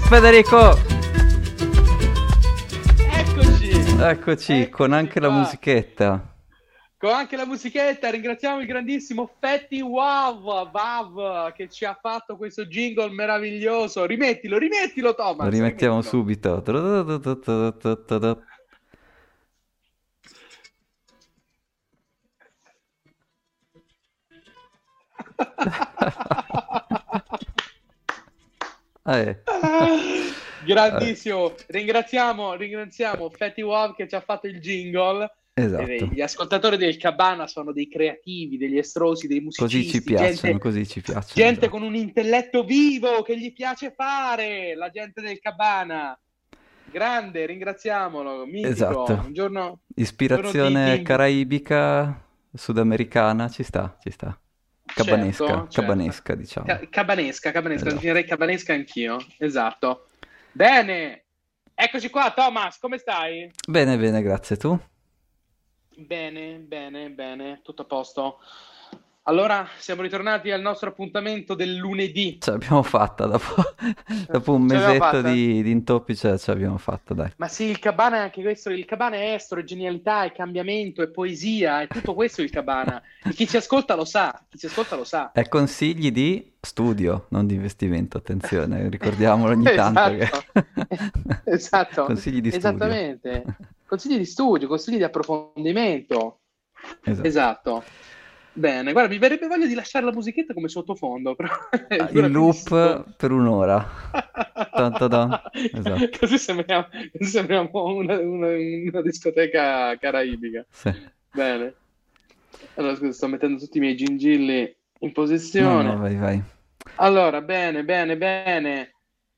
Federico! Eccoci, con Eccoci anche la qua. musichetta. Con anche la musichetta, ringraziamo il grandissimo Fetti Vav che ci ha fatto questo jingle meraviglioso. Rimettilo Lo Thomas, rimettiamo rimettilo. subito. Eh. Eh, Grandissimo, ringraziamo Fetti Wav che ci ha fatto il jingle. esatto. Gli ascoltatori del Cabana sono dei creativi, degli estrosi, dei musicisti, Così ci piacciono, gente con esatto. un intelletto vivo che gli piace fare, la gente del Cabana. Grande, ringraziamolo, mitico. Esatto. Un giorno Ispirazione caraibica, sudamericana, ci sta, ci sta. certo, certo. Cabanesca, diciamo. Cabanesca, Esatto. definirei cabanesca anch'io. Esatto. Bene, eccoci qua, Thomas, come stai? Bene, bene, grazie. Tu? Bene, tutto a posto. Allora, siamo ritornati al nostro appuntamento del lunedì. Ce l'abbiamo fatta dopo un Ce l'abbiamo mesetto fatta? di intoppi, ce l'abbiamo fatta, dai. Ma sì, il Cabana è anche questo, il Cabana è estro, è genialità, è cambiamento, è poesia, è tutto questo il Cabana. E chi ci ascolta lo sa, chi ci ascolta lo sa. È consigli di studio, non di investimento, attenzione, ricordiamolo ogni tanto che... Esatto, esatto, Consigli di studio. esattamente. Consigli di studio, consigli di approfondimento. Esatto. Esatto. Bene, guarda, mi verrebbe voglia di lasciare la musichetta come sottofondo, però In dura 15 secondi. loop per un'ora. Tan ta dan. Esatto. Così sembriamo una discoteca caraibica. Sì. Bene. Allora, scusa, sto mettendo tutti i miei gingilli in No, no, posizione. vai, vai. Allora, bene.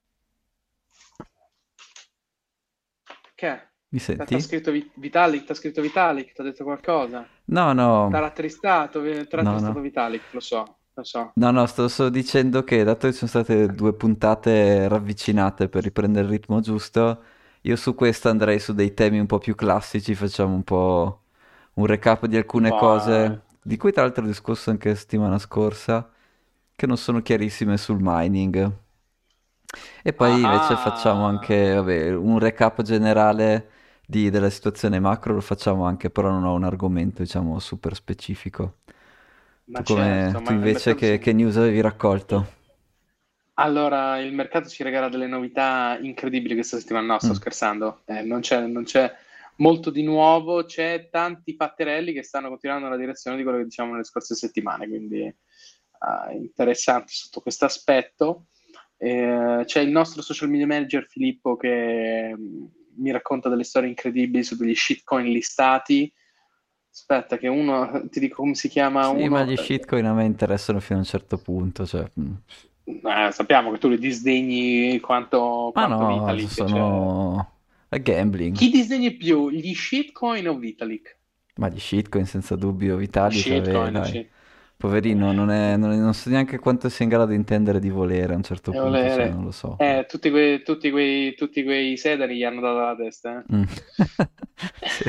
Che è? Mi T'ha senti? scritto Vitalik? T'ha scritto Vitalik? T'ha detto qualcosa? No, no, T'ha rattristato? T'ha no, rattristato no. Vitalik, lo so. No, no, sto solo dicendo che dato che ci sono state due puntate ravvicinate per riprendere il ritmo giusto, io su questo andrei su dei temi un po' più classici, facciamo un po' un recap di alcune Vai. cose, di cui tra l'altro ho discusso anche la settimana scorsa, che non sono chiarissime sul mining. E poi invece facciamo Ah, anche, vabbè, un recap generale della situazione macro, lo facciamo anche, però non ho un argomento, diciamo, super specifico. ma certo, Tu ma il invece mercato si... che news avevi raccolto? Allora, il mercato ci regala delle novità incredibili questa settimana. No, sto Mm. scherzando. Non c'è molto di nuovo. C'è tanti fatterelli che stanno continuando nella direzione di quello che diciamo nelle scorse settimane. Quindi, interessante sotto questo aspetto. C'è il nostro social media manager Filippo che mi racconta delle storie incredibili su degli shitcoin listati. Aspetta, che uno ti dico come si chiama Sì, ma uno. gli shitcoin a me interessano fino a un certo punto, cioè... Sappiamo che tu li disdegni Ma quanto no, Vitalik, cioè... sono... è gambling. Chi disdegni più, gli shitcoin o Vitalik? Ma gli shitcoin senza dubbio, Gli Vitalik, vabbè, shitcoin, dai. sì. Poverino, non so neanche quanto sia in grado di intendere di volere a un certo E punto, cioè, non volere. lo so. Tutti quei sedani gli hanno dato la testa. Mm. Sì.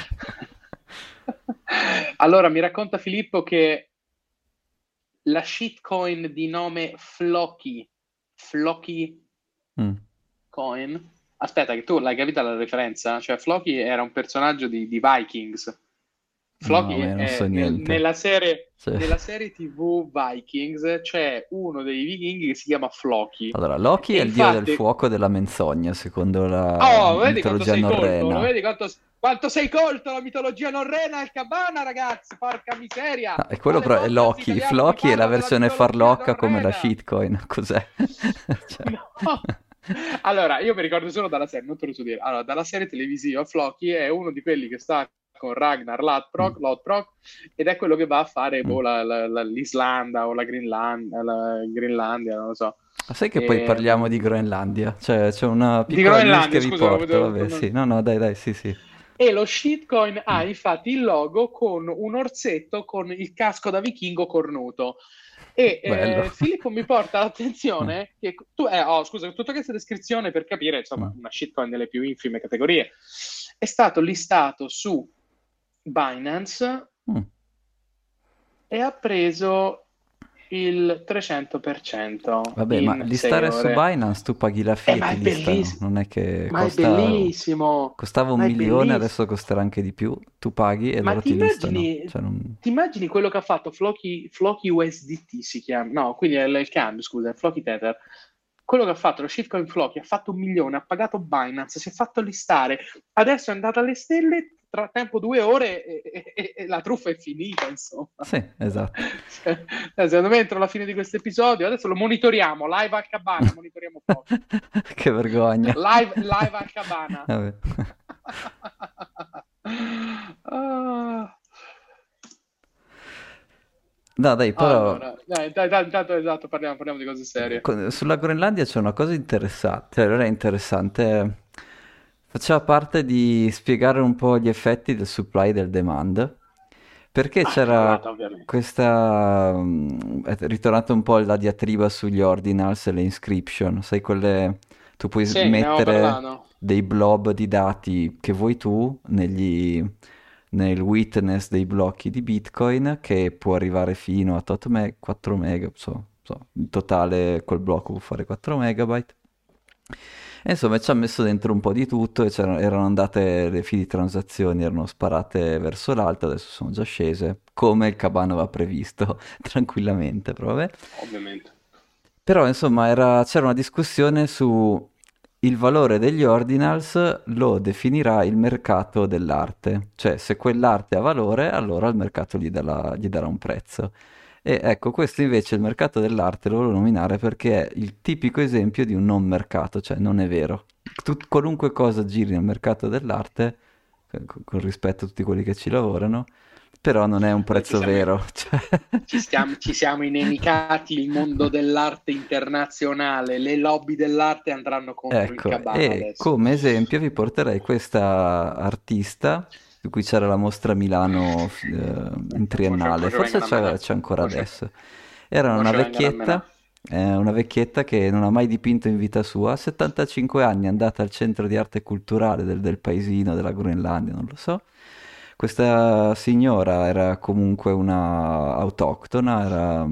Allora, mi racconta Filippo che la shitcoin di nome Flocky Mm. Coin. Aspetta, che tu l'hai capita la referenza? Cioè, Floki era un personaggio di Vikings. No, Floki beh, non so è niente. Cioè, nella serie TV Vikings c'è uno dei vichinghi che si chiama Floki. allora, Loki E è il dio del infatti, fuoco e della menzogna, secondo la oh, vedi quanto mitologia sei colto? Lo norrena. vedi quanto sei colto la mitologia norrena al cabana, ragazzi? Porca miseria! No, e quello Quale però è podcast Loki. italiano ti Floki è la parla della versione mitologia farlocca come la norrena? shitcoin. Cos'è? Cioè... No. Allora, io mi ricordo solo dalla serie, non te lo so dire. Allora, dalla serie televisiva, Floki è uno di quelli che sta con Ragnar Mm, Lothbrok ed è quello che va a fare mm. boh, l'Islanda o la Greenlandia, non lo so. Ma sai che poi parliamo di Ehm, Groenlandia? Cioè, c'è una di piccola news che Groenlandia, vi scusa, porto, vabbè, sì. No, no, dai, dai, sì, sì. e lo shitcoin ha Mm. infatti il logo con un orsetto con il casco da vichingo cornuto. E Bello. Filippo mi porta Mm, l'attenzione che tu, scusa, tutta questa descrizione per capire, insomma, mm, una shitcoin delle più infime categorie, è stato listato su Binance mm. e ha preso il 300% Vabbè, ma in 6 listare su ore. Binance tu paghi la fee e Ma ti è listano, bellissimo, non è che ma è bellissimo, costava un ma è milione, bellissimo. adesso costerà anche di più, tu paghi e Ma loro ti listano. Cioè, ti immagini quello che ha fatto Floki USDT si chiama? No, quindi è il cambio, scusa, Floki Tether. Quello che ha fatto lo shitcoin Floki ha fatto 1 milione, ha pagato Binance, si è fatto listare, adesso è andato alle stelle, tra tempo 2 ore e la truffa è finita, insomma. sì, esatto. Secondo me entro la fine di questo episodio, adesso lo monitoriamo, live al Cabana, monitoriamo Floki. Che vergogna. Live al Cabana. Vabbè. Ah. No, dai, però Allora, dai, intanto esatto, parliamo di cose serie. sulla Groenlandia c'è una cosa interessante, cioè non è interessante, faceva parte di spiegare un po' gli effetti del supply e del demand, perché Ah, c'era cavolata, ovviamente. questa, è ritornata un po' la diatriba sugli ordinals e le inscription, sai quelle, tu puoi Sì, ne abbiamo mettere parlato. dei blob di dati che vuoi tu nel witness dei blocchi di Bitcoin che può arrivare fino a 4 mega, in totale quel blocco può fare 4 megabyte. E insomma ci ha messo dentro un po' di tutto e erano andate le fee di transazioni, erano sparate verso l'alto, adesso sono già scese, come il Cabano aveva previsto, tranquillamente, però vabbè. Ovviamente. Però insomma c'era una discussione su il valore degli ordinals lo definirà il mercato dell'arte, cioè se quell'arte ha valore allora il mercato gli darà un prezzo. E ecco, questo invece il mercato dell'arte lo volevo nominare perché è il tipico esempio di un non mercato, cioè non è vero. Qualunque cosa giri nel mercato dell'arte, con rispetto a tutti quelli che ci lavorano, però non è un Noi prezzo vero. Cioè... ci siamo inimicati il mondo dell'arte internazionale, le lobby dell'arte andranno contro il Ecco, Cabana e adesso. come esempio vi porterei questa artista di cui c'era la mostra a Milano in Mo triennale, ci forse vengono a menare. c'è ancora Mo ci adesso. Era mo ci vengono a menare. una vecchietta che non ha mai dipinto in vita sua, a 75 anni è andata al centro di arte culturale del paesino, della Groenlandia, non lo so. Questa signora era comunque una autoctona, era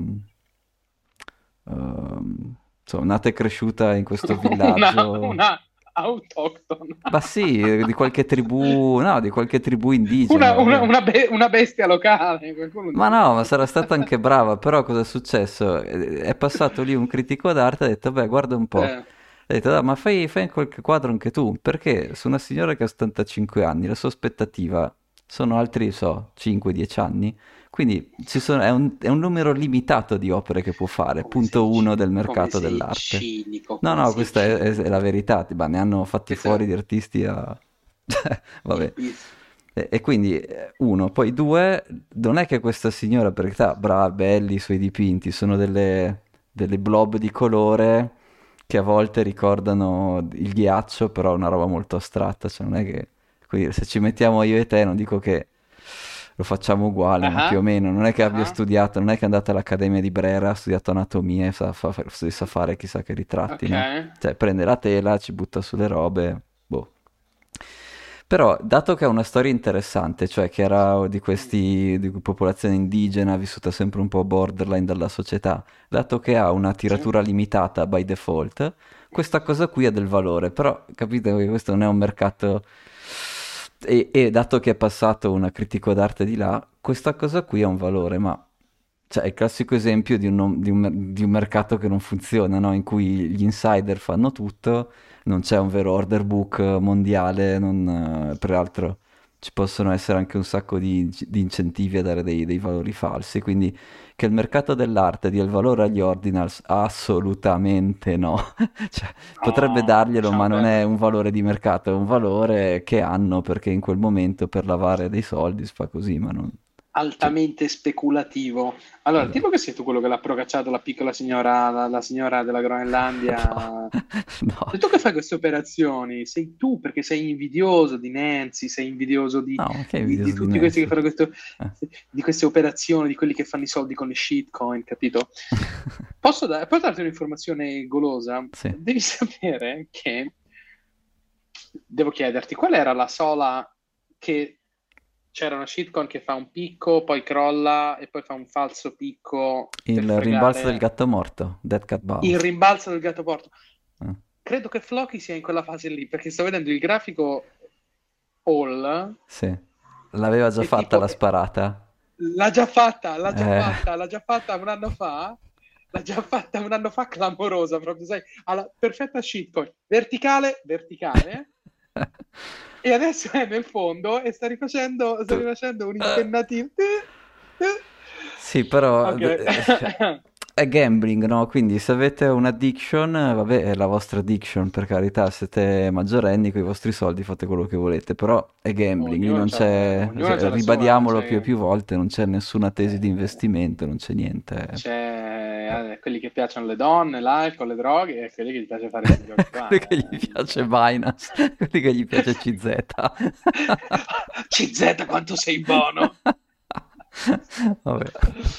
insomma, nata e cresciuta in questo villaggio. Una autoctona. Ma sì, di qualche tribù, no, di qualche tribù indigena, vabbè. Una bestia locale. Qualcuno Ma dice. no, ma sarà stata anche brava, però cosa è successo? È passato lì un critico d'arte e ha detto, beh, guarda un po'. Eh, Ha detto, "Dai, ma fai qualche quadro anche tu, perché su una signora che ha 75 anni, la sua aspettativa sono altri, so, 5-10 anni, quindi è un numero limitato di opere che può fare, punto uno del Come mercato sei dell'arte. cinico, No, come no, sei questa è cinico. la verità, ma ne hanno fatti Questo è fuori di artisti a... il, Vabbè. il- E quindi uno, poi due, non è che questa signora, per carità, brava, belli i suoi dipinti, sono delle blob di colore che a volte ricordano il ghiaccio, però è una roba molto astratta, cioè non è che... Quindi se ci mettiamo io e te, non dico che lo facciamo uguale, ma più o Ah, meno, non è che abbia ah, studiato, non è che è andata all'Accademia di Brera, ha studiato anatomia e sa fare chissà che ritratti, ok. no? Cioè prende la tela, ci butta sulle robe, boh. Però, dato che ha una storia interessante, cioè che era di questi, di popolazione indigena vissuta sempre un po' borderline dalla società, dato che ha una Sì. tiratura limitata by default, questa cosa qui ha del valore, però capite che questo non è un mercato... E dato che è passato una critico d'arte di là, questa cosa qui ha un valore, ma cioè, è il classico esempio di un mercato che non funziona, no? In cui gli insider fanno tutto, non c'è un vero order book mondiale, peraltro ci possono essere anche un sacco di incentivi a dare dei valori falsi, quindi che il mercato dell'arte dia il valore agli ordinals? Assolutamente no. Cioè, potrebbe No, darglielo, ma lasciamo non è perdere. un valore di mercato, è un valore che hanno perché in quel momento per lavare dei soldi si fa così, ma non... Cioè, Altamente speculativo. Allora, tipo esatto. che sei tu quello che l'ha procacciato la piccola signora, la signora della Groenlandia. No, no, E tu che fai queste operazioni? Sei tu perché sei invidioso di Nancy, sei invidioso no, ma che di invidioso di tutti questi che Nancy? fanno Eh. di queste operazioni, di quelli che fanno i soldi con le shitcoin, capito? Posso darti un'informazione golosa? Sì. Devi sapere che, devo chiederti, qual era la sola che c'era una shitcoin che fa un picco, poi crolla e poi fa un falso picco per Il rimbalzo del fregare gatto morto, Dead Cat il Bounce. rimbalzo del gatto porto. Eh, Credo che Floki sia in quella fase lì, perché sto vedendo il grafico all sì, l'aveva già e fatta tipo la sparata. l'ha già fatta, l'ha già Eh. fatta, l'ha già fatta un anno fa. L'ha già fatta un anno fa clamorosa, proprio, sai, alla perfetta shitcoin, verticale, verticale, e adesso è nel fondo e sta Tu- rifacendo un eh. impennativo. Sì, però Ok. è gambling, no? Quindi se avete un'addiction, vabbè, è la vostra addiction, per carità, siete maggiorenni, con i vostri soldi fate quello che volete, però è gambling, lì non c'è, Ognuno c'ha la sua, ribadiamolo più e più volte, non c'è nessuna tesi di eh, investimento, non c'è niente. c'è quelli che piacciono le donne, l'alcol, le droghe e quelli che gli piace fare questi giochi qua. Quelli che gli piace Binance, quelli che gli piace CZ. CZ, quanto sei buono! Vabbè.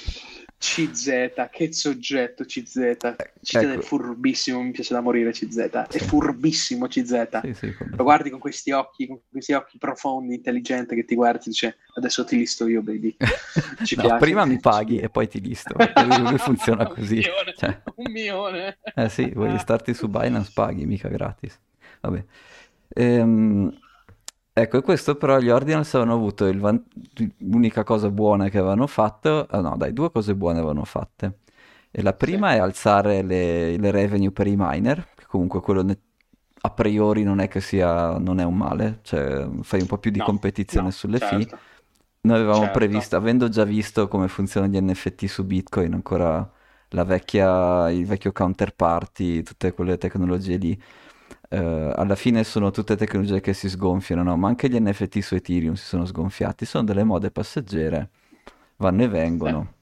CZ, che soggetto CZ. CZ è Ecco, furbissimo, mi piace da morire CZ. È sì, furbissimo CZ. sì, sì, Lo guardi con questi occhi profondi, intelligente che ti guardi e dice adesso ti listo io, baby. Ci No, piace. prima mi paghi e poi ti listo, perché lui funziona Un così. milione, Cioè, un milione. eh sì, vuoi starti su Binance paghi, mica gratis. Vabbè. Ehm, ecco, e questo però gli Ordinals avevano avuto l'unica cosa buona che avevano fatto, ah no, dai, due cose buone avevano fatte. E la Sì, prima è alzare le revenue per i miner, che comunque quello a priori non è che sia, non è un male, cioè fai un po' più di no, competizione no, sulle fee. certo, Noi avevamo certo. previsto, avendo già visto come funzionano gli NFT su Bitcoin, ancora il vecchio counterparty, tutte quelle tecnologie lì, alla fine sono tutte tecnologie che si sgonfiano, no? Ma anche gli NFT su Ethereum si sono sgonfiati, sono delle mode passeggere, vanno e Sì. vengono,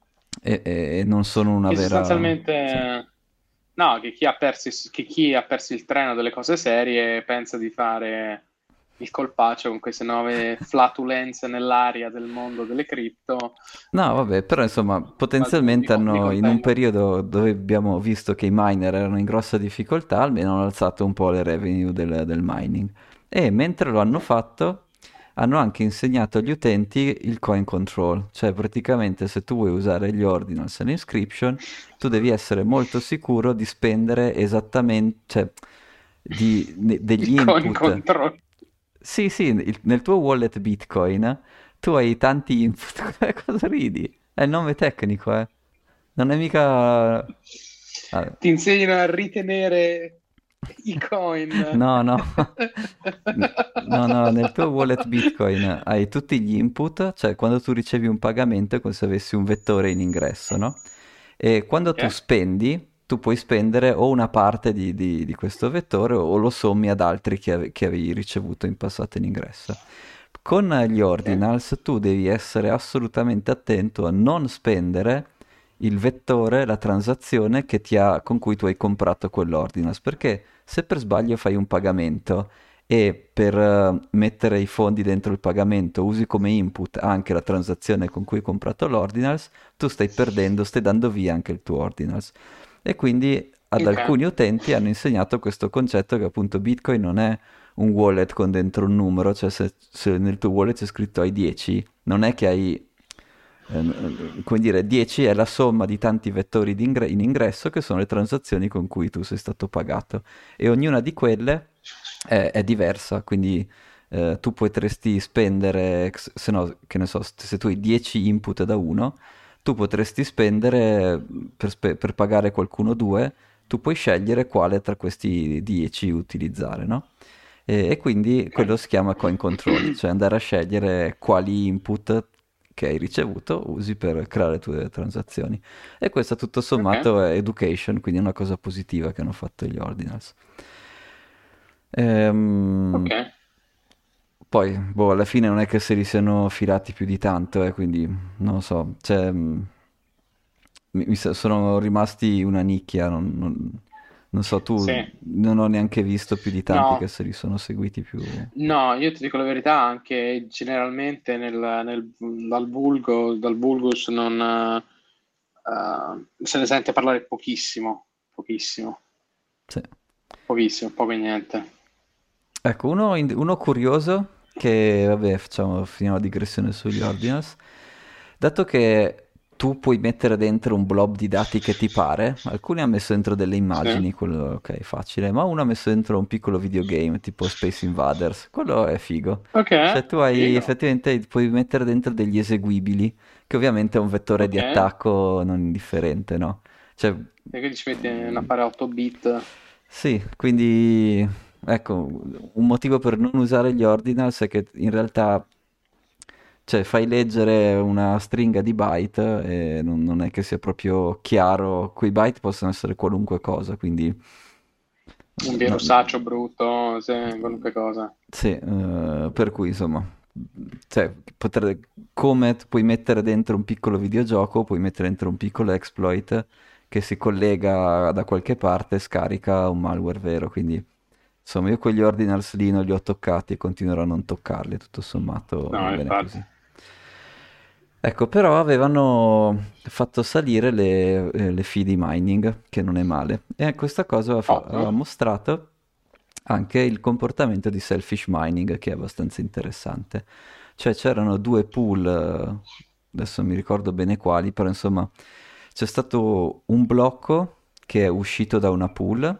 e non sono una Che vera... Sì. sostanzialmente, no, che chi ha perso il treno delle cose serie pensa di fare il colpaccio con queste nuove flatulenze nell'aria del mondo delle cripto, No, vabbè, però insomma, potenzialmente li hanno, in un contengono. periodo dove abbiamo visto che i miner erano in grossa difficoltà, almeno hanno alzato un po' le revenue del mining. E mentre lo hanno Sì. fatto, hanno anche insegnato agli utenti il coin control, cioè praticamente se tu vuoi usare gli ordinals e l'inscription, tu devi essere molto sicuro di spendere esattamente, cioè degli Il coin input. control. Sì, sì, nel tuo wallet Bitcoin tu hai tanti input. Cosa ridi? È il nome tecnico, eh. Non è mica... ah, Ti insegnano a ritenere i coin. no, no. No, no, nel tuo wallet Bitcoin hai tutti gli input, cioè quando tu ricevi un pagamento è come se avessi un vettore in ingresso, no? E quando Ok, tu spendi, tu puoi spendere o una parte di questo vettore o lo sommi ad altri che avevi ricevuto in passato in ingresso. Con gli ok, ordinals tu devi essere assolutamente attento a non spendere il vettore, la transazione con cui tu hai comprato quell'ordinals, perché se per sbaglio fai un pagamento e per mettere i fondi dentro il pagamento usi come input anche la transazione con cui hai comprato l'ordinals, tu stai perdendo, stai dando via anche il tuo ordinals. E quindi ad ok, alcuni utenti hanno insegnato questo concetto che appunto Bitcoin non è un wallet con dentro un numero, cioè se nel tuo wallet c'è scritto hai 10, non è che hai, come dire, 10 è la somma di tanti vettori in ingresso che sono le transazioni con cui tu sei stato pagato e ognuna di quelle è diversa, quindi tu potresti spendere, se no, che ne so, se tu hai 10 input da uno, tu potresti spendere per pagare qualcuno due, tu puoi scegliere quale tra questi 10 utilizzare, no? E quindi quello si chiama coin control, ok. cioè andare a scegliere quali input che hai ricevuto usi per creare le tue transazioni. E questo tutto Ok, sommato è education, quindi è una cosa positiva che hanno fatto gli ordinals. Ehm, ok. poi, boh, alla fine non è che se li siano filati più di tanto, quindi non lo so, cioè, sono rimasti una nicchia, non so, tu Sì. non ho neanche visto più di tanti che No, se li sono seguiti più... no, io ti dico la verità, anche generalmente dal Vulgus non, se ne sente parlare pochissimo, pochissimo, Sì. pochissimo, poco e niente. Ecco, uno curioso che, vabbè, finiamo la digressione sugli ordinals. Dato che tu puoi mettere dentro un blob di dati che ti pare, alcuni hanno messo dentro delle Sì. immagini, quello ok, facile, ma uno ha messo dentro un piccolo videogame tipo Space Invaders, quello è figo. Ok, Cioè tu hai figo. effettivamente puoi mettere dentro degli eseguibili, che ovviamente è un vettore di Ok. attacco non indifferente, no? Cioè, E che ci metti un affare 8 bit? sì, quindi ecco, un motivo per non usare gli ordinals è che in realtà, cioè, fai leggere una stringa di byte e non è che sia proprio chiaro, quei byte possono essere qualunque cosa, quindi Un no, virusaccio brutto, sì, qualunque cosa. sì, per cui insomma, cioè, come puoi mettere dentro un piccolo videogioco, puoi mettere dentro un piccolo exploit che si collega da qualche parte e scarica un malware vero, quindi insomma io quegli ordinals lì non li ho toccati e continuerò a non toccarli, tutto sommato va No, bene infatti. così. Ecco, però avevano fatto salire le fee di mining, che non è male, e questa cosa Ottimo. aveva mostrato anche il comportamento di selfish mining, che è abbastanza interessante. Cioè c'erano due pool, adesso non mi ricordo bene quali, però insomma c'è stato un blocco che è uscito da una pool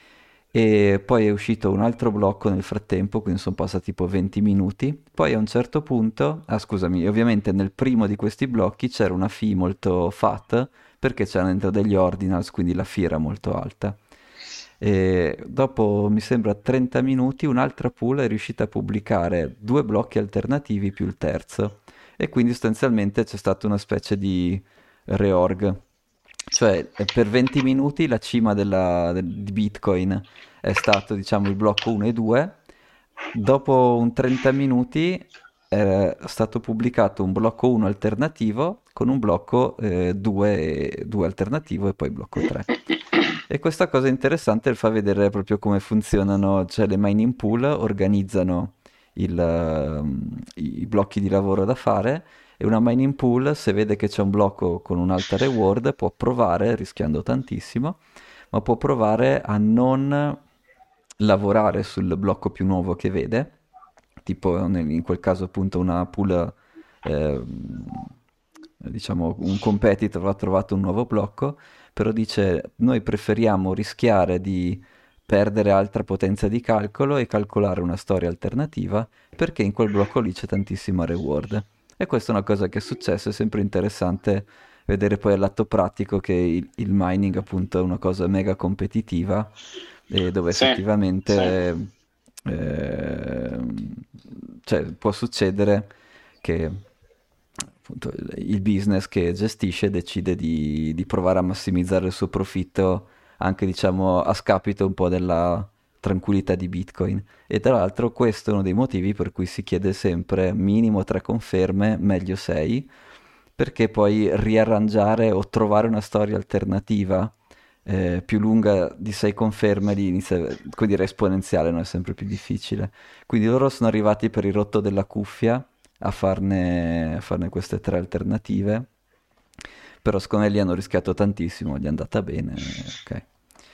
e poi è uscito un altro blocco nel frattempo, quindi sono passati tipo 20 minuti. Poi a un certo punto, ah scusami, ovviamente nel primo di questi blocchi c'era una fee molto fat perché c'erano dentro degli ordinals, quindi la fee era molto alta. E dopo, mi sembra, 30 minuti, un'altra pool è riuscita a pubblicare due blocchi alternativi più il terzo. E quindi sostanzialmente c'è stata una specie di reorg. Cioè, per 20 minuti la cima di Bitcoin è stato, diciamo, il blocco 1 e 2. Dopo un 30 minuti è stato pubblicato un blocco 1 alternativo con un blocco 2 alternativo e poi blocco 3. E questa cosa interessante fa vedere proprio come funzionano, cioè le mining pool organizzano i blocchi di lavoro da fare e una mining pool, se vede che c'è un blocco con un'alta reward, può provare, rischiando tantissimo, ma può provare a non lavorare sul blocco più nuovo che vede, tipo in quel caso appunto una pool, diciamo un competitor ha trovato un nuovo blocco, però dice noi preferiamo rischiare di perdere altra potenza di calcolo e calcolare una storia alternativa perché in quel blocco lì c'è tantissima reward. E questa è una cosa che è successa, è sempre interessante vedere poi al lato pratico che il mining appunto è una cosa mega competitiva e dove Sì, sì. effettivamente cioè, può succedere che appunto il business che gestisce decide di provare a massimizzare il suo profitto anche diciamo a scapito un po' della tranquillità di Bitcoin. E tra l'altro questo è uno dei motivi per cui si chiede sempre minimo 3 conferme, meglio 6, perché poi riarrangiare o trovare una storia alternativa più lunga di 6 conferme lì inizia, come dire, esponenziale, no? È sempre più difficile. Quindi loro sono arrivati per il rotto della cuffia a farne queste 3 alternative, però secondo me lì hanno rischiato tantissimo, gli è andata bene, ok.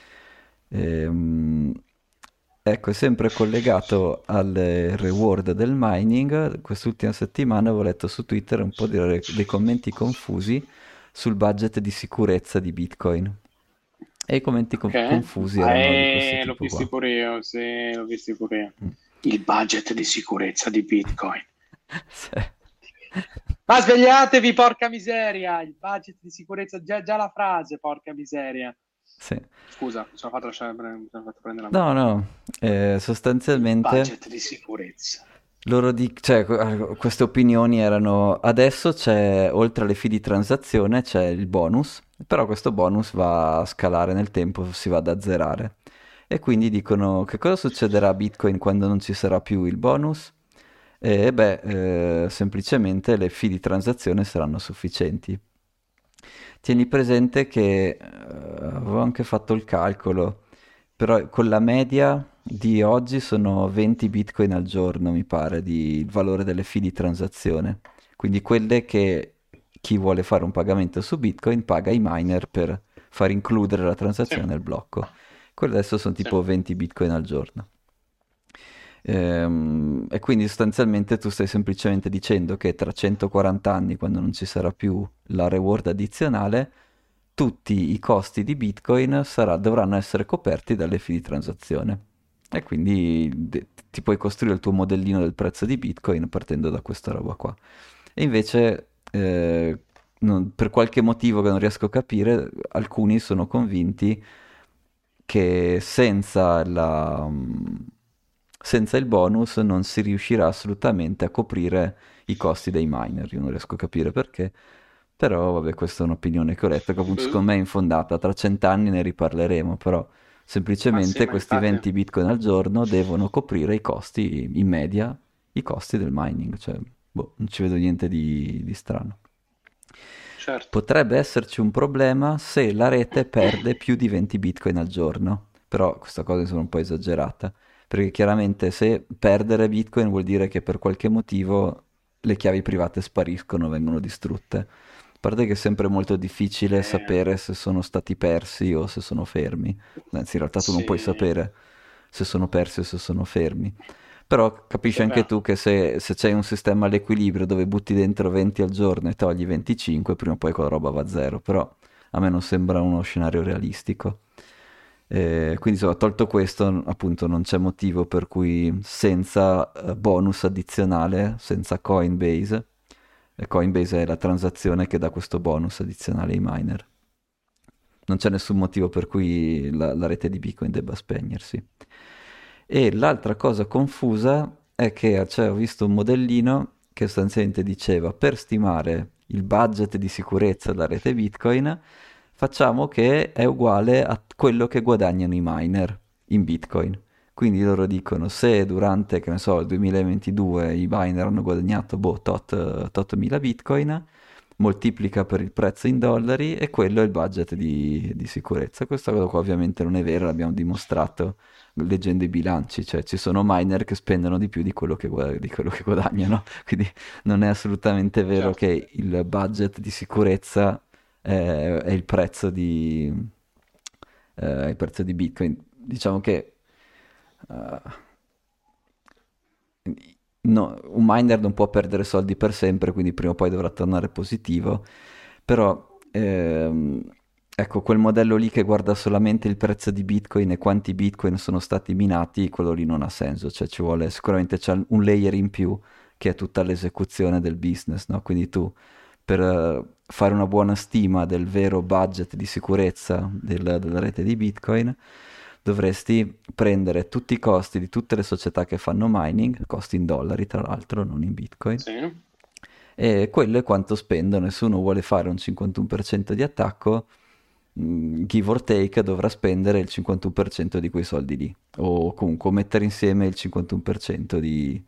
Ehm, ecco, è sempre collegato al reward del mining. Quest'ultima settimana avevo letto su Twitter un po' dei commenti confusi sul budget di sicurezza di Bitcoin. E i commenti Ok. confusi erano di questo L'ho tipo visti qua. pure io, sì, l'ho visti pure io. Mm. Il budget di sicurezza di Bitcoin. Sì. Ma svegliatevi, porca miseria! Il budget di sicurezza, già la frase, porca miseria. Sì. Scusa, mi sono fatto prendere la No, mano. no, Il sostanzialmente budget di sicurezza. cioè, queste opinioni erano adesso c'è, oltre alle fee di transazione, c'è il bonus, però questo bonus va a scalare nel tempo, si va ad azzerare. E quindi dicono che cosa succederà a Bitcoin quando non ci sarà più il bonus? E beh, semplicemente le fee di transazione saranno sufficienti. Tieni presente che avevo anche fatto il calcolo, però con la media di oggi sono 20 bitcoin al giorno, mi pare, di il valore delle fee di transazione. Quindi quelle che chi vuole fare un pagamento su bitcoin paga i miner per far includere la Sì, transazione nel blocco. Quelle adesso sono sì. tipo 20 bitcoin al giorno. E quindi sostanzialmente tu stai semplicemente dicendo che tra 140 anni, quando non ci sarà più la reward addizionale, tutti i costi di Bitcoin dovranno essere coperti dalle fee di transazione. E quindi ti puoi costruire il tuo modellino del prezzo di Bitcoin partendo da questa roba qua. E invece, per qualche motivo che non riesco a capire, alcuni sono convinti che senza il bonus non si riuscirà assolutamente a coprire i costi dei miner. Io non riesco a capire perché, però vabbè, questa è un'opinione che ho letto, che appunto Boh. secondo me è infondata. Tra 100 anni ne riparleremo, però Ma sì, semplicemente ma questi infatti, 20 bitcoin al giorno devono coprire i costi, in media, i costi del mining. Cioè, boh, non ci vedo niente di strano. certo. Potrebbe esserci un problema se la rete perde più di 20 bitcoin al giorno, però questa cosa è un po' esagerata, perché chiaramente se perdere bitcoin vuol dire che per qualche motivo le chiavi private spariscono, vengono distrutte. A parte che è sempre molto difficile Eh, sapere se sono stati persi o se sono fermi. Anzi, in realtà tu non puoi sì, sapere se sono persi o se sono fermi. Però capisci sì, anche beh, tu che se c'hai un sistema all'equilibrio dove butti dentro 20 al giorno e togli 25, prima o poi quella roba va a zero. Però a me non sembra uno scenario realistico. Quindi insomma, tolto questo, appunto, non c'è motivo per cui senza bonus addizionale, senza Coinbase, e Coinbase è la transazione che dà questo bonus addizionale ai miner. Non c'è nessun motivo per cui la rete di Bitcoin debba spegnersi. E l'altra cosa confusa è che ho visto un modellino che sostanzialmente diceva per stimare il budget di sicurezza della rete Bitcoin, facciamo che è uguale a quello che guadagnano i miner in Bitcoin. Quindi loro dicono se durante, che ne so, il 2022 i miner hanno guadagnato boh, tot mila Bitcoin, moltiplica per il prezzo in dollari e quello è il budget di sicurezza. Questa cosa qua ovviamente non è vera, l'abbiamo dimostrato leggendo i bilanci, cioè ci sono miner che spendono di più di quello che guadagnano, quindi non è assolutamente vero certo. che il budget di sicurezza è il prezzo di Bitcoin. Diciamo che eh, no, un miner non può perdere soldi per sempre, quindi prima o poi dovrà tornare positivo. Però, ecco, quel modello lì che guarda solamente il prezzo di Bitcoin e quanti Bitcoin sono stati minati, quello lì non ha senso. Cioè, ci vuole sicuramente c'è un layer in più che è tutta l'esecuzione del business, no? Quindi tu, per fare una buona stima del vero budget di sicurezza della rete di Bitcoin, dovresti prendere tutti i costi di tutte le società che fanno mining, costi in dollari tra l'altro, non in Bitcoin, Sì, e quello è quanto spendono. E se uno vuole fare un 51% di attacco, give or take, dovrà spendere il 51% di quei soldi lì, o comunque mettere insieme il 51%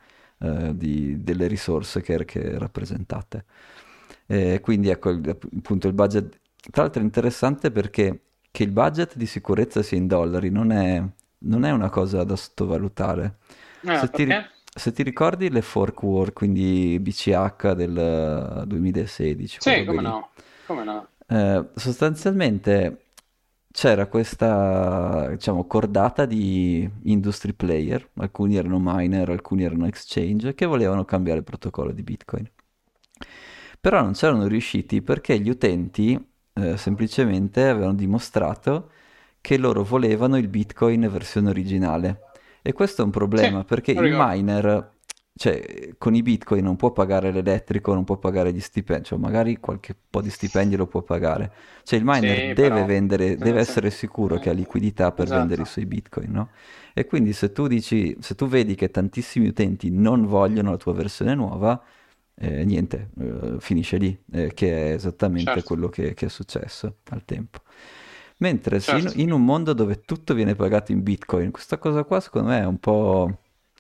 delle risorse che rappresentate. Quindi ecco, appunto il budget, tra l'altro è interessante perché che il budget di sicurezza sia in dollari non è una cosa da sottovalutare. Se ti, ri- perché? se ti ricordi le fork war, quindi BCH del 2016, quelle Sì, robe come lì, no, come no. sostanzialmente c'era questa, diciamo, cordata di industry player, alcuni erano miner, alcuni erano exchange, che volevano cambiare il protocollo di Bitcoin. Però non c'erano riusciti perché gli utenti semplicemente avevano dimostrato che loro volevano il Bitcoin versione originale. E questo è un Sì, problema perché lo il ricordo. miner, cioè, con i Bitcoin non può pagare l'elettrico, non può pagare gli stipendi, cioè magari qualche po' di stipendi lo può pagare. Cioè il miner Sì, deve però, vendere, deve essere tendenzialmente, sicuro che ha liquidità per vendere i esatto, suoi Bitcoin, no? E quindi se tu vedi che tantissimi utenti non vogliono la tua versione nuova, niente, finisce lì, che è esattamente certo, quello che è successo al tempo. Mentre se in, certo. in un mondo dove tutto viene pagato in Bitcoin, questa cosa qua secondo me è un po'.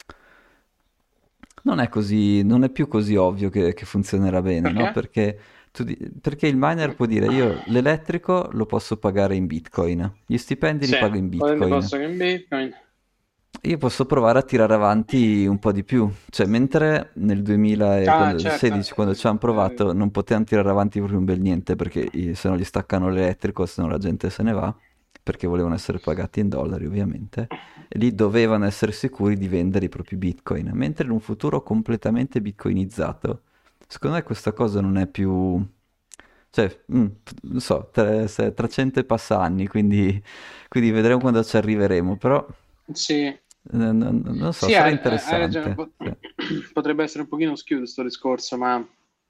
Non è più così ovvio che funzionerà bene, no? Perché? Perché il miner può dire io l'elettrico lo posso pagare in Bitcoin, gli stipendi li Sì, pago in potente Bitcoin. posto che in Bitcoin. Io posso provare a tirare avanti un po' di più, cioè mentre nel Ah, certo. 2016 quando ci hanno provato non potevano tirare avanti proprio un bel niente perché se no gli staccano l'elettrico, se no la gente se ne va. perché volevano essere pagati in dollari ovviamente, e lì dovevano essere sicuri di vendere i propri bitcoin, mentre in un futuro completamente bitcoinizzato, secondo me questa cosa non è più... Cioè, non so, tra 100 e passa anni, quindi vedremo quando ci arriveremo, però Sì, non so, sì, sarà hai ragione. interessante. Sì. Potrebbe essere un pochino schiuso questo discorso, ma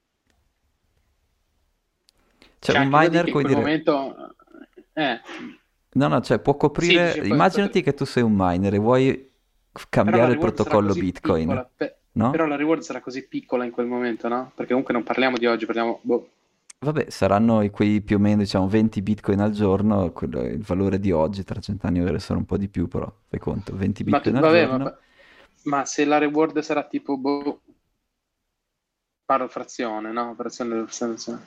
Cioè, c'è un anche da dire miner, che in come quel dire, momento... Eh, no, no, cioè può sì, coprire, dice, immaginati che tu sei un miner e vuoi però la cambiare il reward sarà protocollo così Bitcoin, piccola, no? però la reward sarà così piccola in quel momento, no? Perché comunque non parliamo di oggi, parliamo... Boh. Vabbè, saranno quei più o meno, diciamo, 20 Bitcoin al giorno, il valore di oggi, tra 100 anni deve essere un po' di più, però fai conto, 20 Bitcoin al Vabbè, giorno, ma se la reward sarà tipo, boh, parlo frazione, no? Frazione della frazione.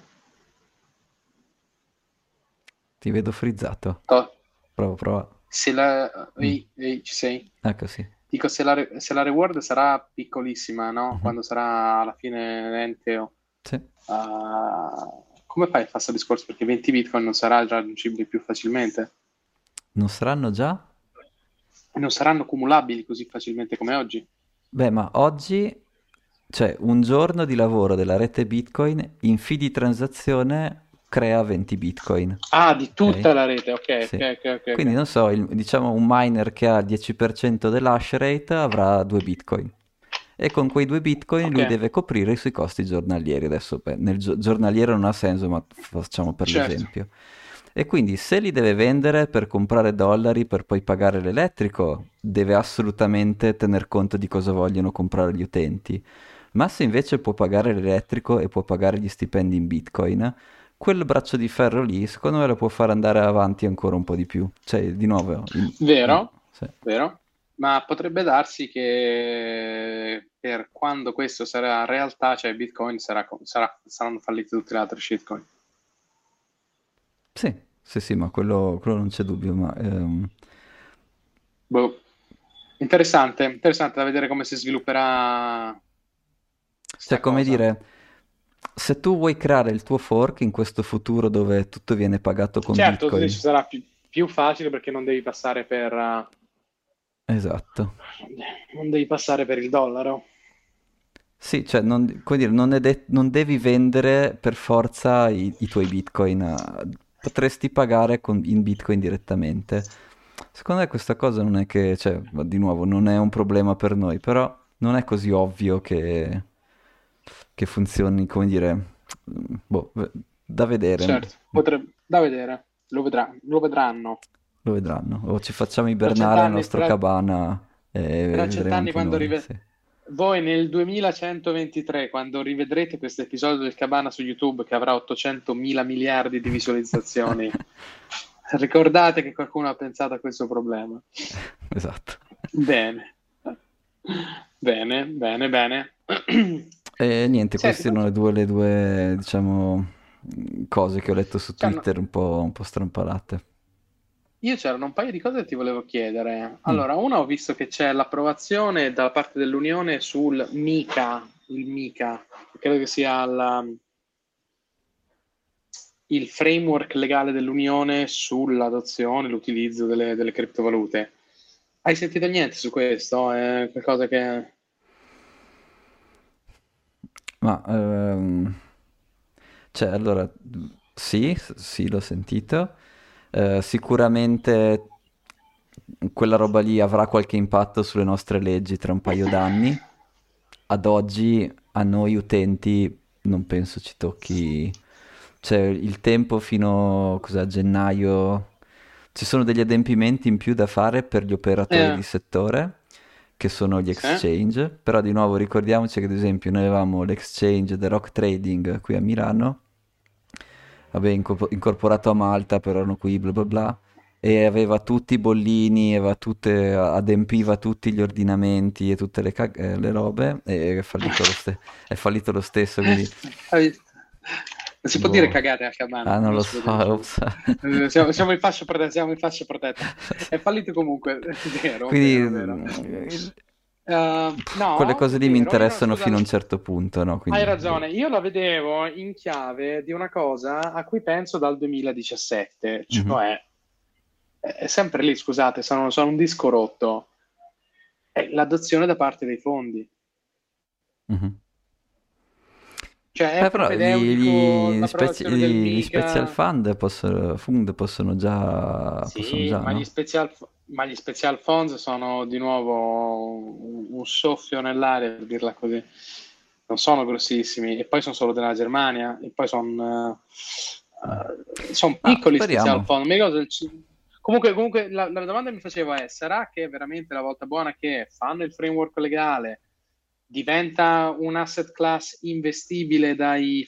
ti vedo frizzato. To- Prova, prova. Se la... Mm, Ehi, ci sei? ecco sì. Dico, se la reward sarà piccolissima, no? Mhm. Quando sarà alla fine l'ente, Sì. come fai a fare questo discorso? Perché 20 bitcoin non sarà raggiungibile più facilmente. Non saranno già? Non saranno cumulabili così facilmente come oggi. Beh, ma oggi, cioè, un giorno di lavoro della rete Bitcoin in fee di transazione crea 20 Bitcoin, Ah, di ok? tutta la rete, ok, Sì. ok, ok, ok, Quindi ok. non so, diciamo un miner che ha il 10% dell'hash rate avrà 2 Bitcoin. E con quei 2 Bitcoin Ok, lui deve coprire i suoi costi giornalieri. Adesso, beh, nel giornaliero non ha senso, ma facciamo per certo, l'esempio. E quindi se li deve vendere per comprare dollari per poi pagare l'elettrico, deve assolutamente tener conto di cosa vogliono comprare gli utenti. Ma se invece può pagare l'elettrico e può pagare gli stipendi in Bitcoin, quel braccio di ferro lì, secondo me lo può fare andare avanti ancora un po' di più. Cioè, di nuovo, vero, sì. vero, ma potrebbe darsi che per quando questo sarà realtà, cioè Bitcoin saranno fallite tutte le altre shitcoin. Sì, sì, sì, ma quello non c'è dubbio, ma Boh. Interessante, interessante da vedere come si svilupperà cioè, sta come cosa. dire, se tu vuoi creare il tuo fork in questo futuro dove tutto viene pagato con Certo, tu dici Bitcoin, sarà più facile perché non devi passare esatto. non devi passare per il dollaro. Sì, cioè, come dire, non devi vendere per forza i tuoi Bitcoin, potresti pagare in Bitcoin direttamente. Secondo me questa cosa non è che, cioè, di nuovo, non è un problema per noi, però non è così ovvio che funzioni, come dire, boh, da vedere. Certo, potrebbe, da vedere, lo vedranno. Lo vedranno. O ci facciamo Tra ibernare la cent'anni, nostra cabana e tra vedremo cent'anni anche quando noi. Sì. voi nel 2123, quando rivedrete questo episodio del Cabana su YouTube che avrà 800 mila miliardi di visualizzazioni, ricordate che qualcuno ha pensato a questo problema. Esatto. Bene, bene, bene, bene. E niente, Senti, queste poi sono le due, diciamo, cose che ho letto su c'hanno- Twitter un po' strampalate. io c'erano un paio di cose che ti volevo chiedere. Mm. Allora, una ho visto che c'è l'approvazione da parte dell'Unione sul MiCA, il MiCA, credo che sia il framework legale dell'Unione sull'adozione e l'utilizzo delle criptovalute. Hai sentito niente su questo? È qualcosa che... Ma, cioè, allora, sì, sì, l'ho sentito. Sicuramente quella roba lì avrà qualche impatto sulle nostre leggi tra un paio d'anni. Ad oggi, a noi utenti, non penso ci tocchi. Cioè, il tempo fino, cos'è, a gennaio. Ci sono degli adempimenti in più da fare per gli operatori di Eh, settore, che sono gli sì, exchange, però di nuovo ricordiamoci che ad esempio noi avevamo l'exchange The Rock Trading qui a Milano, vabbè incorporato a Malta, però erano qui bla bla bla, e aveva tutti i bollini, adempiva tutti gli ordinamenti e tutte le robe, e è fallito lo stesso, quindi hai visto? Non si può dire boh, cagate a cabana, ah non non lo si può so, dire ops. siamo in fascia protetta, siamo in fascia protetta. È fallito comunque, vero, Quindi vero, vero. quelle No, cose lì mi vero, io no, interessano scusa, fino a un certo punto, no? hai Quindi, boh. ragione, io la vedevo in chiave di una cosa a cui penso dal 2017, Mhm. cioè è sempre lì, scusate, sono un disco rotto. È l'adozione da parte dei fondi. Mhm. Cioè è Però propedeutico l'approvazione del gli special MICA. fund possono Sì, già, no? ma gli special funds sono di nuovo un soffio nell'aria, per dirla così. Non sono grossissimi, e poi sono solo della Germania, e poi sono Ah, piccoli special speriamo. fund. Mi ricordo comunque la domanda che mi facevo è: sarà che veramente la volta buona che fanno il framework legale diventa un asset class investibile dai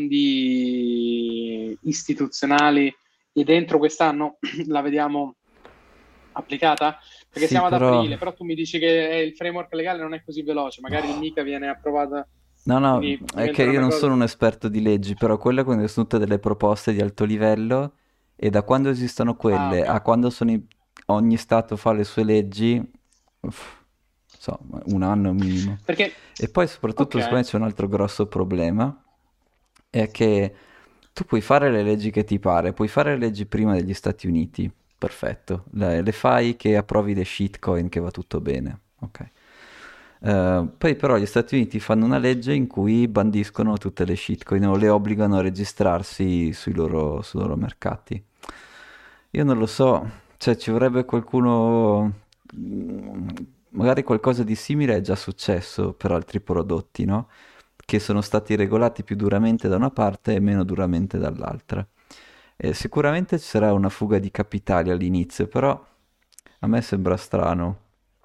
fondi istituzionali e dentro quest'anno la vediamo applicata? Perché Sì, siamo ad però... aprile, però tu mi dici che il framework legale non è così veloce, magari il MICA viene approvata, No, no, quindi è che diventano io una non sono cosa. un esperto di leggi, però quelle sono tutte delle proposte di alto livello e da quando esistono Ah, quelle ok. a quando ogni stato fa le sue leggi, uff, so, un anno minimo. Perché, E poi soprattutto secondo ok, me c'è un altro grosso problema, è che tu puoi fare le leggi che ti pare, puoi fare le leggi prima degli Stati Uniti, perfetto, le fai che approvi le shitcoin che va tutto bene, ok. Poi però gli Stati Uniti fanno una legge in cui bandiscono tutte le shitcoin o le obbligano a registrarsi sui loro mercati. Io non lo so, cioè ci vorrebbe qualcuno, magari qualcosa di simile è già successo per altri prodotti, no? Che sono stati regolati più duramente da una parte e meno duramente dall'altra. Sicuramente ci sarà una fuga di capitali all'inizio, però a me sembra strano.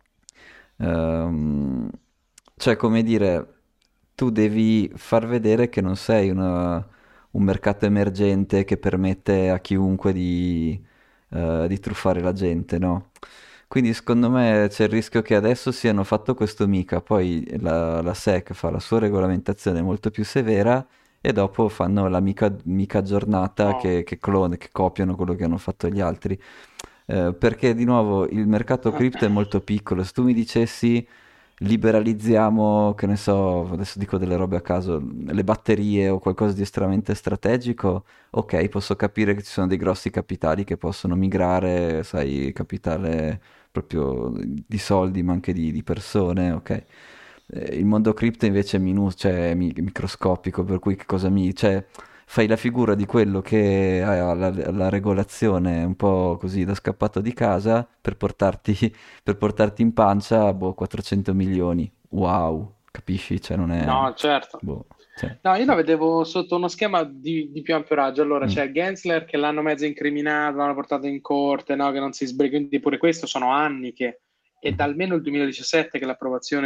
Ehm, cioè, come dire, tu devi far vedere che non sei un mercato emergente che permette a chiunque di truffare la gente, no? Quindi secondo me c'è il rischio che adesso siano fatto questo mica, poi la SEC fa la sua regolamentazione molto più severa e dopo fanno la mica giornata no. che copiano quello che hanno fatto gli altri. Perché di nuovo il mercato cripto è molto piccolo. Se tu mi dicessi liberalizziamo, che ne so, adesso dico delle robe a caso, le batterie o qualcosa di estremamente strategico, ok, posso capire che ci sono dei grossi capitali che possono migrare, sai, capitale proprio di soldi, ma anche di persone, ok. Il mondo cripto invece è cioè, è microscopico, per cui che cosa mi... Cioè, fai la figura di quello che ha la regolazione un po' così da scappato di casa per portarti in pancia, boh, 400 milioni. Wow, capisci? Cioè, non è... No, certo. Boh, cioè... No, io la vedevo sotto uno schema di più ampio raggio. Allora mm, c'è Gensler che l'hanno mezzo incriminato, l'hanno portato in corte, no, che non si sbriga. Quindi pure questo sono anni che è da mhm. almeno il 2017 che l'approvazione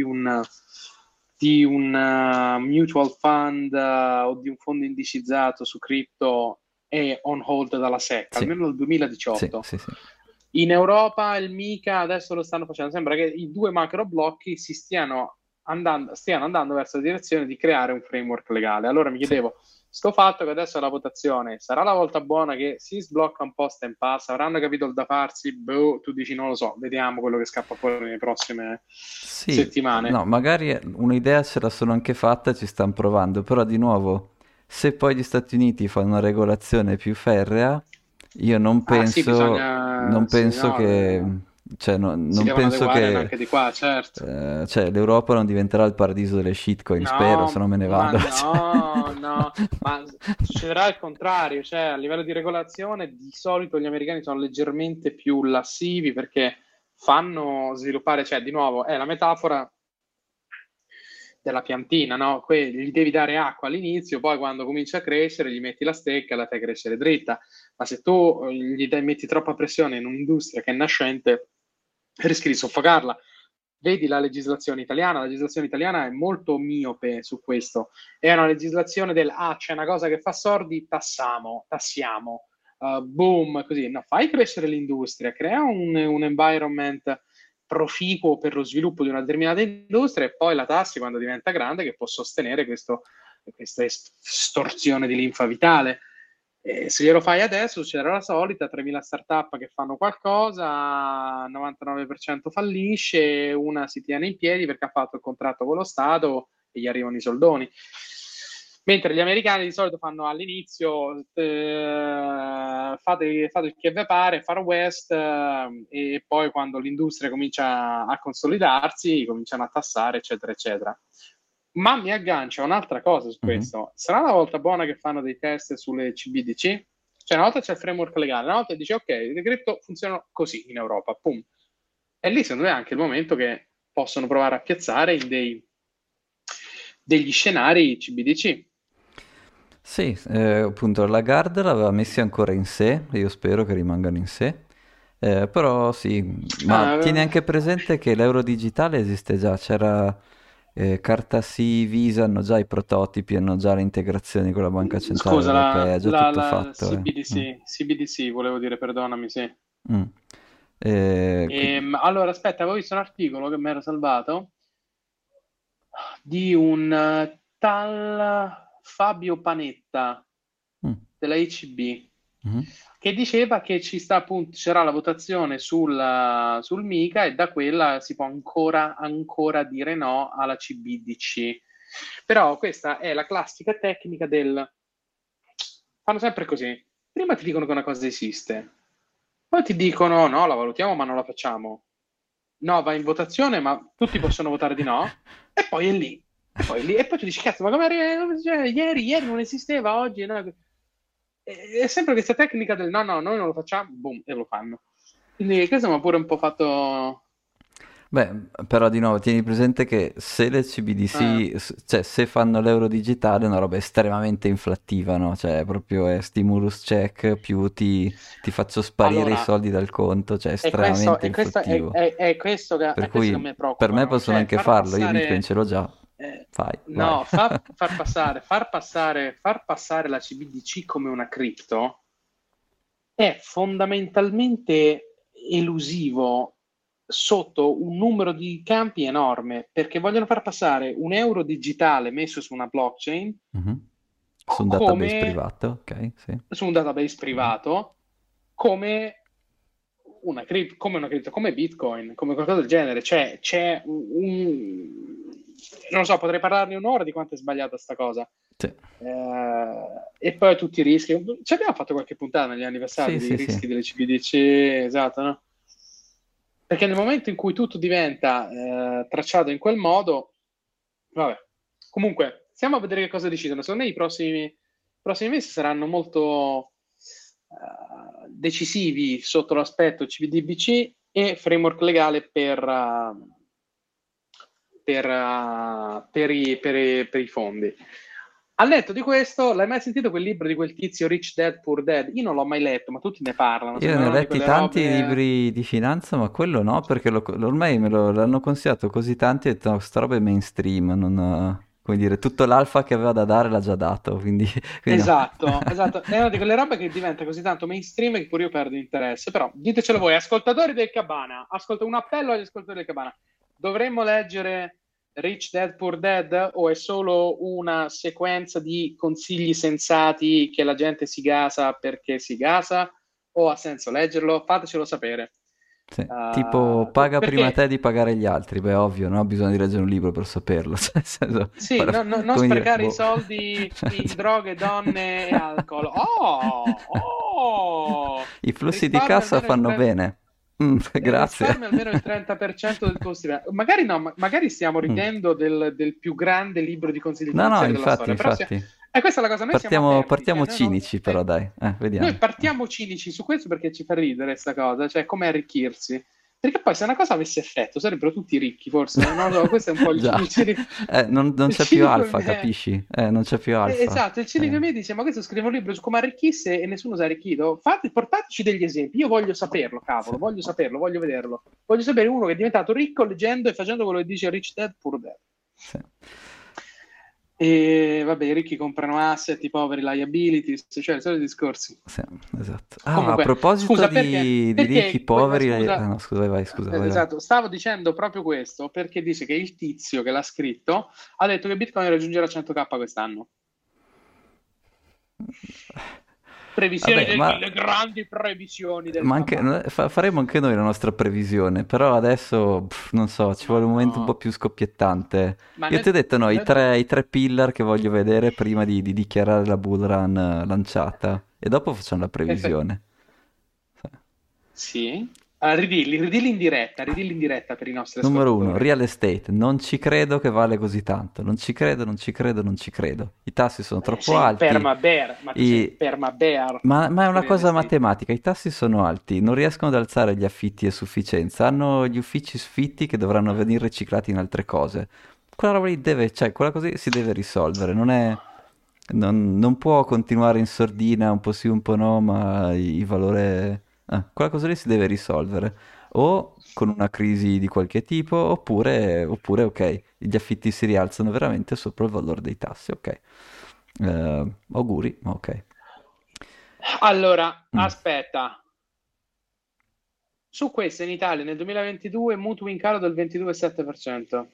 di un mutual fund o di un fondo indicizzato su cripto è on hold dalla SEC, Sì, almeno dal sì, 2018. sì, sì. In Europa il MiCA adesso lo stanno facendo. Sembra che i due macro blocchi stiano andando verso la direzione di creare un framework legale. Allora mi Sì. chiedevo, sto fatto che adesso è la votazione, sarà la volta buona che si sblocca un po' sta impasse, avranno capito il da farsi? Boh, tu dici non lo so, vediamo quello che scappa fuori nelle prossime Sì, settimane. no, magari un'idea ce la sono anche fatta e ci stanno provando, però di nuovo, se poi gli Stati Uniti fanno una regolazione più ferrea, io Ah sì, bisogna, non sì, penso no, che, cioè, si non devono penso adeguare che, anche di qua, certo. cioè, l'Europa non diventerà il paradiso delle shitcoin, spero, se No, no me ne ma vado. Cioè. no, no, ma succederà il contrario, cioè a livello di regolazione di solito gli americani sono leggermente più lassivi perché fanno sviluppare, cioè di nuovo è la metafora della piantina, no? Gli devi dare acqua all'inizio, poi quando comincia a crescere gli metti la stecca e la fai crescere dritta, ma se tu metti troppa pressione in un'industria che è nascente, rischi di soffocarla. Vedi la legislazione italiana è molto miope su questo, è una legislazione c'è una cosa che fa sordi, tassiamo, boom, così, no, fai crescere l'industria, crea un environment proficuo per lo sviluppo di una determinata industria e poi la tassi quando diventa grande che può sostenere questa estorsione di linfa vitale. E se glielo fai adesso succederà la solita, 3.000 startup che fanno qualcosa, 99% fallisce, una si tiene in piedi perché ha fatto il contratto con lo Stato e gli arrivano i soldoni. Mentre gli americani di solito fanno all'inizio fate il che vi pare, Far West, e poi quando l'industria comincia a consolidarsi, cominciano a tassare, eccetera, eccetera. Ma mi aggancia un'altra cosa su Mhm. questo. Sarà una volta buona che fanno dei test sulle CBDC? Cioè, una volta c'è il framework legale, una volta dici, ok, le cripto funzionano così in Europa, pum. E lì, secondo me, è anche il momento che possono provare a piazzare in degli scenari CBDC. Sì, appunto la Lagarde l'aveva messi ancora in sé, e io spero che rimangano in sé. Però sì, ma tieni Ah, anche presente che l'euro digitale esiste già, c'era Carta Sì, Visa, hanno già i prototipi, hanno già le integrazioni con la Banca Centrale scusa, Europea, è già tutto la fatto. Mm. CBDC, volevo dire, perdonami, sì. Mm. Allora, aspetta, avevo visto un articolo che mi ero salvato di un tal Fabio Panetta mm, della ECB mhm. che diceva che ci sta appunto, c'era la votazione sul MiCA e da quella si può ancora dire no alla CBDC. Però questa è la classica tecnica del fanno sempre così. Prima ti dicono che una cosa esiste, poi ti dicono no, la valutiamo ma non la facciamo. No, va in votazione, ma tutti possono votare di no, e poi è lì. E poi è lì. E poi tu dici, cazzo, ma cioè, ieri non esisteva, oggi no. È sempre questa tecnica del no, no, noi non lo facciamo, boom, e lo fanno. Quindi questo mi ha pure un po' fatto... Beh, però di nuovo tieni presente che se le eh, CBDC, cioè se fanno l'euro digitale è una roba estremamente inflattiva, no? Cioè proprio è stimulus check più ti faccio sparire i allora, soldi dal conto, cioè è è questo, estremamente inflattivo. è Per questo che cui mi per preoccupa, me no? possono Cioè, anche farlo, io Bitcoin ce l'ho già, fai, vai. no, far passare la CBDC come una cripto è fondamentalmente elusivo sotto un numero di campi enorme, perché vogliono far passare un euro digitale messo su una blockchain Mhm. Su un database come privato, ok, sì. su un database Mhm. privato, come come Bitcoin, come qualcosa del genere. Cioè, non lo so, potrei parlarne un'ora di quanto è sbagliata sta cosa. Sì, E poi tutti i rischi. Ci abbiamo fatto qualche puntata negli anni passati sì, dei sì, sì. rischi delle CBDC, esatto, no? Perché nel momento in cui tutto diventa tracciato in quel modo, vabbè. Comunque, stiamo a vedere che cosa decidono. Secondo me i prossimi mesi saranno molto decisivi sotto l'aspetto CBDBC e framework legale per i fondi. Al netto di questo, l'hai mai sentito quel libro di quel tizio Rich Dad Poor Dad? Io non l'ho mai letto, ma tutti ne parlano. Io ne ho Sembra una di letti quelle tanti di robe. libri di finanza, ma quello no, perché ormai l'hanno consigliato così tanti e ho detto, "No, sta roba è mainstream, non, come dire, tutto l'alfa che aveva da dare l'ha già dato, quindi, quindi no." Esatto, esatto. È una di quelle robe che diventa così tanto mainstream che pure io perdo interesse. Però ditecelo voi, ascoltatori del Cabana, ascolta un appello agli ascoltatori del Cabana. Dovremmo leggere Rich Dad Poor Dad o è solo una sequenza di consigli sensati che la gente si gasa perché si gasa? O ha senso leggerlo? Fatecelo sapere. Sì. Tipo, paga prima te Perché di pagare gli altri, beh, ovvio, no? Bisogna di leggere un libro per saperlo, cioè, nel senso, sì, non come dire, sprecare i boh. soldi in droghe, donne e alcol. I flussi di Risparmi cassa almeno il fanno 30%. bene. Grazie. Risparmi almeno il 30% del tuo stipendio. Magari no, magari stiamo Mm. ridendo del più grande libro di consigli No, no, finanziari della infatti, storia. Però infatti. è questa la cosa, noi siamo Partiamo, aperti, cioè partiamo cinici però, dai. noi Vediamo. partiamo cinici su questo perché ci fa ridere questa cosa, cioè come arricchirsi. Perché poi se una cosa avesse effetto sarebbero tutti ricchi, forse, non lo so, questo è un po' Già. il Non c'è più cinico in alfa, me. capisci? Non c'è più alfa. Esatto, il cinico in me dice: Ma questo scrive un libro su come arricchisse e nessuno si è arricchito. Portateci degli esempi. Io voglio saperlo, Sì, cavolo, voglio saperlo, voglio vederlo. Voglio sapere uno che è diventato ricco leggendo e facendo quello che dice Rich Dad Poor Dad. sì, E vabbè, i ricchi comprano asset, i poveri liabilities, cioè i soliti discorsi. sì, esatto. Ah, a Comunque, proposito scusa, di ricchi, ma poveri... Ah scusa, no, scusa, vai, vai, scusa, vai, vai. esatto, stavo dicendo proprio questo perché dice che il tizio che l'ha scritto ha detto che Bitcoin raggiungerà 100k quest'anno. Previsioni Vabbè, ma le grandi previsioni del Ma anche, papà. faremo anche noi la nostra previsione, però adesso non so, ci Ma vuole un momento un po' no, più scoppiettante. ma Io ti ho detto no, noi i tre pillar che voglio vedere prima di dichiarare la bull run lanciata e dopo facciamo la previsione. sì. Ridilli in diretta per i nostri Numero uno, ascoltatori. real estate. Non ci credo che vale così tanto. Non ci credo, non ci credo, non ci credo. I tassi sono troppo Sei un alti. permabear, ma tu sei un i- permabear Ma è su una real cosa estate. matematica. I tassi sono alti. Non riescono ad alzare gli affitti a sufficienza. Hanno gli uffici sfitti che dovranno venire riciclati in altre cose. Quella roba lì deve, cioè, quella cosa lì si deve risolvere. Non può continuare in sordina, un po' sì, un po' no, ma il valore... quella cosa lì si deve risolvere o con una crisi di qualche tipo, oppure ok, gli affitti si rialzano veramente sopra il valore dei tassi, ok. Auguri, ma ok. Allora, Mm. aspetta. Su questo in Italia nel 2022 mutui in calo del 22,7%.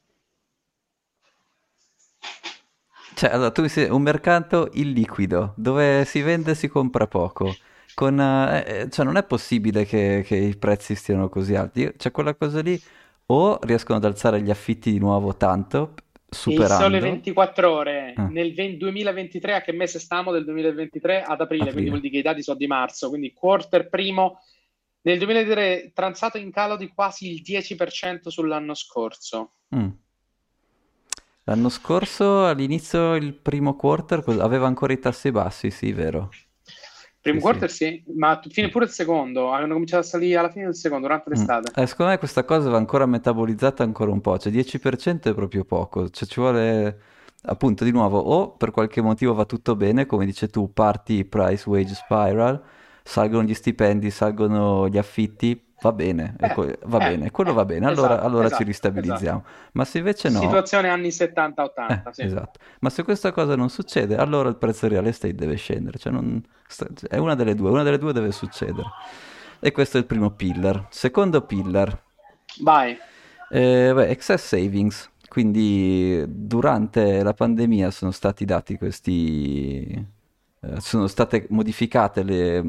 Cioè, allora, tu sei un mercato illiquido, dove si vende e si compra poco. Cioè, non è possibile che i prezzi stiano così alti. C'è quella cosa lì, o riescono ad alzare gli affitti di nuovo tanto, Il sole superando 24 ore ah, nel 2023, a che mese stiamo del 2023? Ad aprile, quindi vuol aprile. dire che i dati sono di marzo, quindi quarter primo nel 2023 transato in calo di quasi il 10% sull'anno scorso. Mm. L'anno scorso, all'inizio, il primo quarter, aveva ancora i tassi bassi, sì, vero? Sì, Primo sì. quarter sì, ma fine Mm. pure il secondo, hanno cominciato a salire alla fine del secondo, durante Mm. l'estate. Secondo me questa cosa va ancora metabolizzata ancora un po', cioè 10% è proprio poco, cioè ci vuole appunto di nuovo o per qualche motivo va tutto bene, come dici tu, parti price wage spiral, salgono gli stipendi, salgono gli affitti, va bene, quello va bene, Esatto, allora ci esatto, esatto. ristabilizziamo. Ma se invece no, Situazione anni 70-80, sì. esatto. Ma se questa cosa non succede, allora il prezzo real estate deve scendere. È una delle due deve succedere. E questo è il primo pillar. Secondo pillar, Vai. excess savings. Quindi durante la pandemia sono stati dati sono state modificate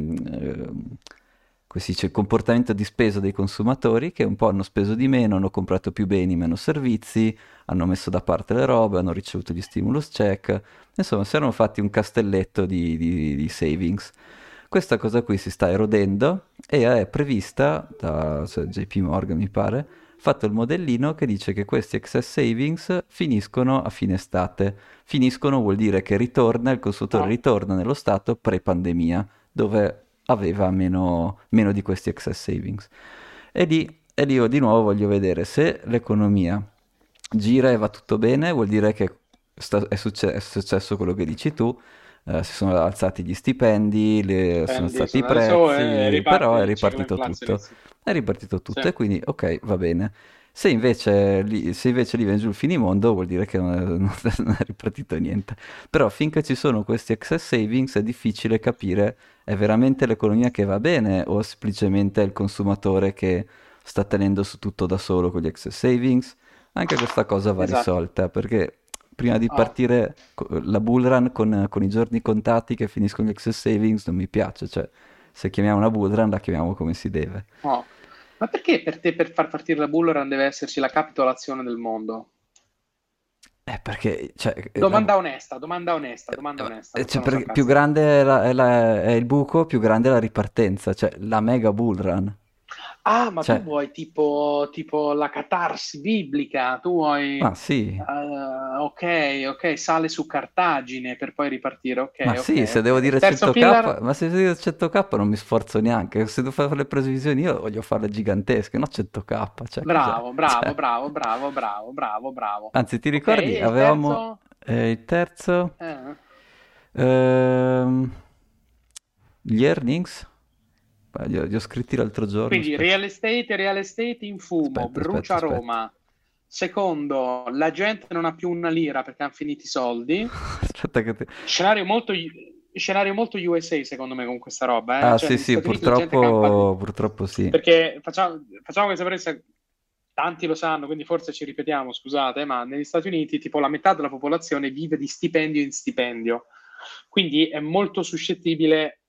come si dice, il comportamento di spesa dei consumatori che un po' hanno speso di meno, hanno comprato più beni, meno servizi, hanno messo da parte le robe, hanno ricevuto gli stimulus check, insomma si erano fatti un castelletto di savings. Questa cosa qui si sta erodendo e è prevista da JP Morgan, mi pare, ha fatto il modellino che dice che questi excess savings finiscono a fine estate. Finiscono vuol dire che il consumatore No. ritorna nello stato pre-pandemia, dove aveva meno di questi excess savings. E lì io di nuovo voglio vedere se l'economia gira e va tutto bene, vuol dire che è successo quello che dici tu, si sono alzati gli stipendi, sono Prendi, alzati i sono adesso prezzi, però riparte è il ciclo ripartito tutto. inflazionistico. È ripartito Sì. tutto e quindi ok, va bene. Se invece lì viene giù il finimondo, vuol dire che non è ripartito niente. Però finché ci sono questi excess savings è difficile capire è veramente l'economia che va bene o semplicemente è il consumatore che sta tenendo su tutto da solo con gli excess savings? Anche questa cosa va Esatto. risolta perché prima di Oh. partire la bull run con i giorni contati che finiscono gli excess savings non mi piace, cioè se chiamiamo una bull run la chiamiamo come si deve. Oh. Ma perché per te per far partire la Bullrun deve esserci la capitolazione del mondo? Perché cioè, Domanda onesta, domanda onesta, domanda onesta, non cioè, sono perché più sarcastico. grande è il buco, più grande è la ripartenza, cioè la mega bull run. Ah, ma tu Cioè, vuoi tipo la catarsi biblica, tu vuoi... ma sì, ok, ok, sale su Cartagine per poi ripartire, ma ok, sì, ok, se ok. devo Il dire terzo 100k, pillar? ma se devo dire 100k non mi sforzo neanche, se devo fare le previsioni io voglio farle gigantesche, no 100k, cioè cos'è? Bravo, bravo, Cioè, bravo, bravo, bravo, bravo, bravo. anzi, ti Ok, ricordi? e il Avevamo terzo? il terzo, Eh. ehm, gli earnings. Li ho scritti l'altro giorno, Quindi aspetta, real estate in fumo, aspetta, aspetta, brucia aspetta. Roma. Secondo, la gente non ha più una lira perché hanno finito i soldi. Aspetta che ti... Scenario molto USA secondo me con questa roba, eh? Ah, Cioè sì, negli sì, Stati Uniti la gente campa di... purtroppo sì. Perché facciamo questa premessa, tanti lo sanno, quindi forse ci ripetiamo, scusate, ma negli Stati Uniti tipo la metà della popolazione vive di stipendio in stipendio, quindi è molto suscettibile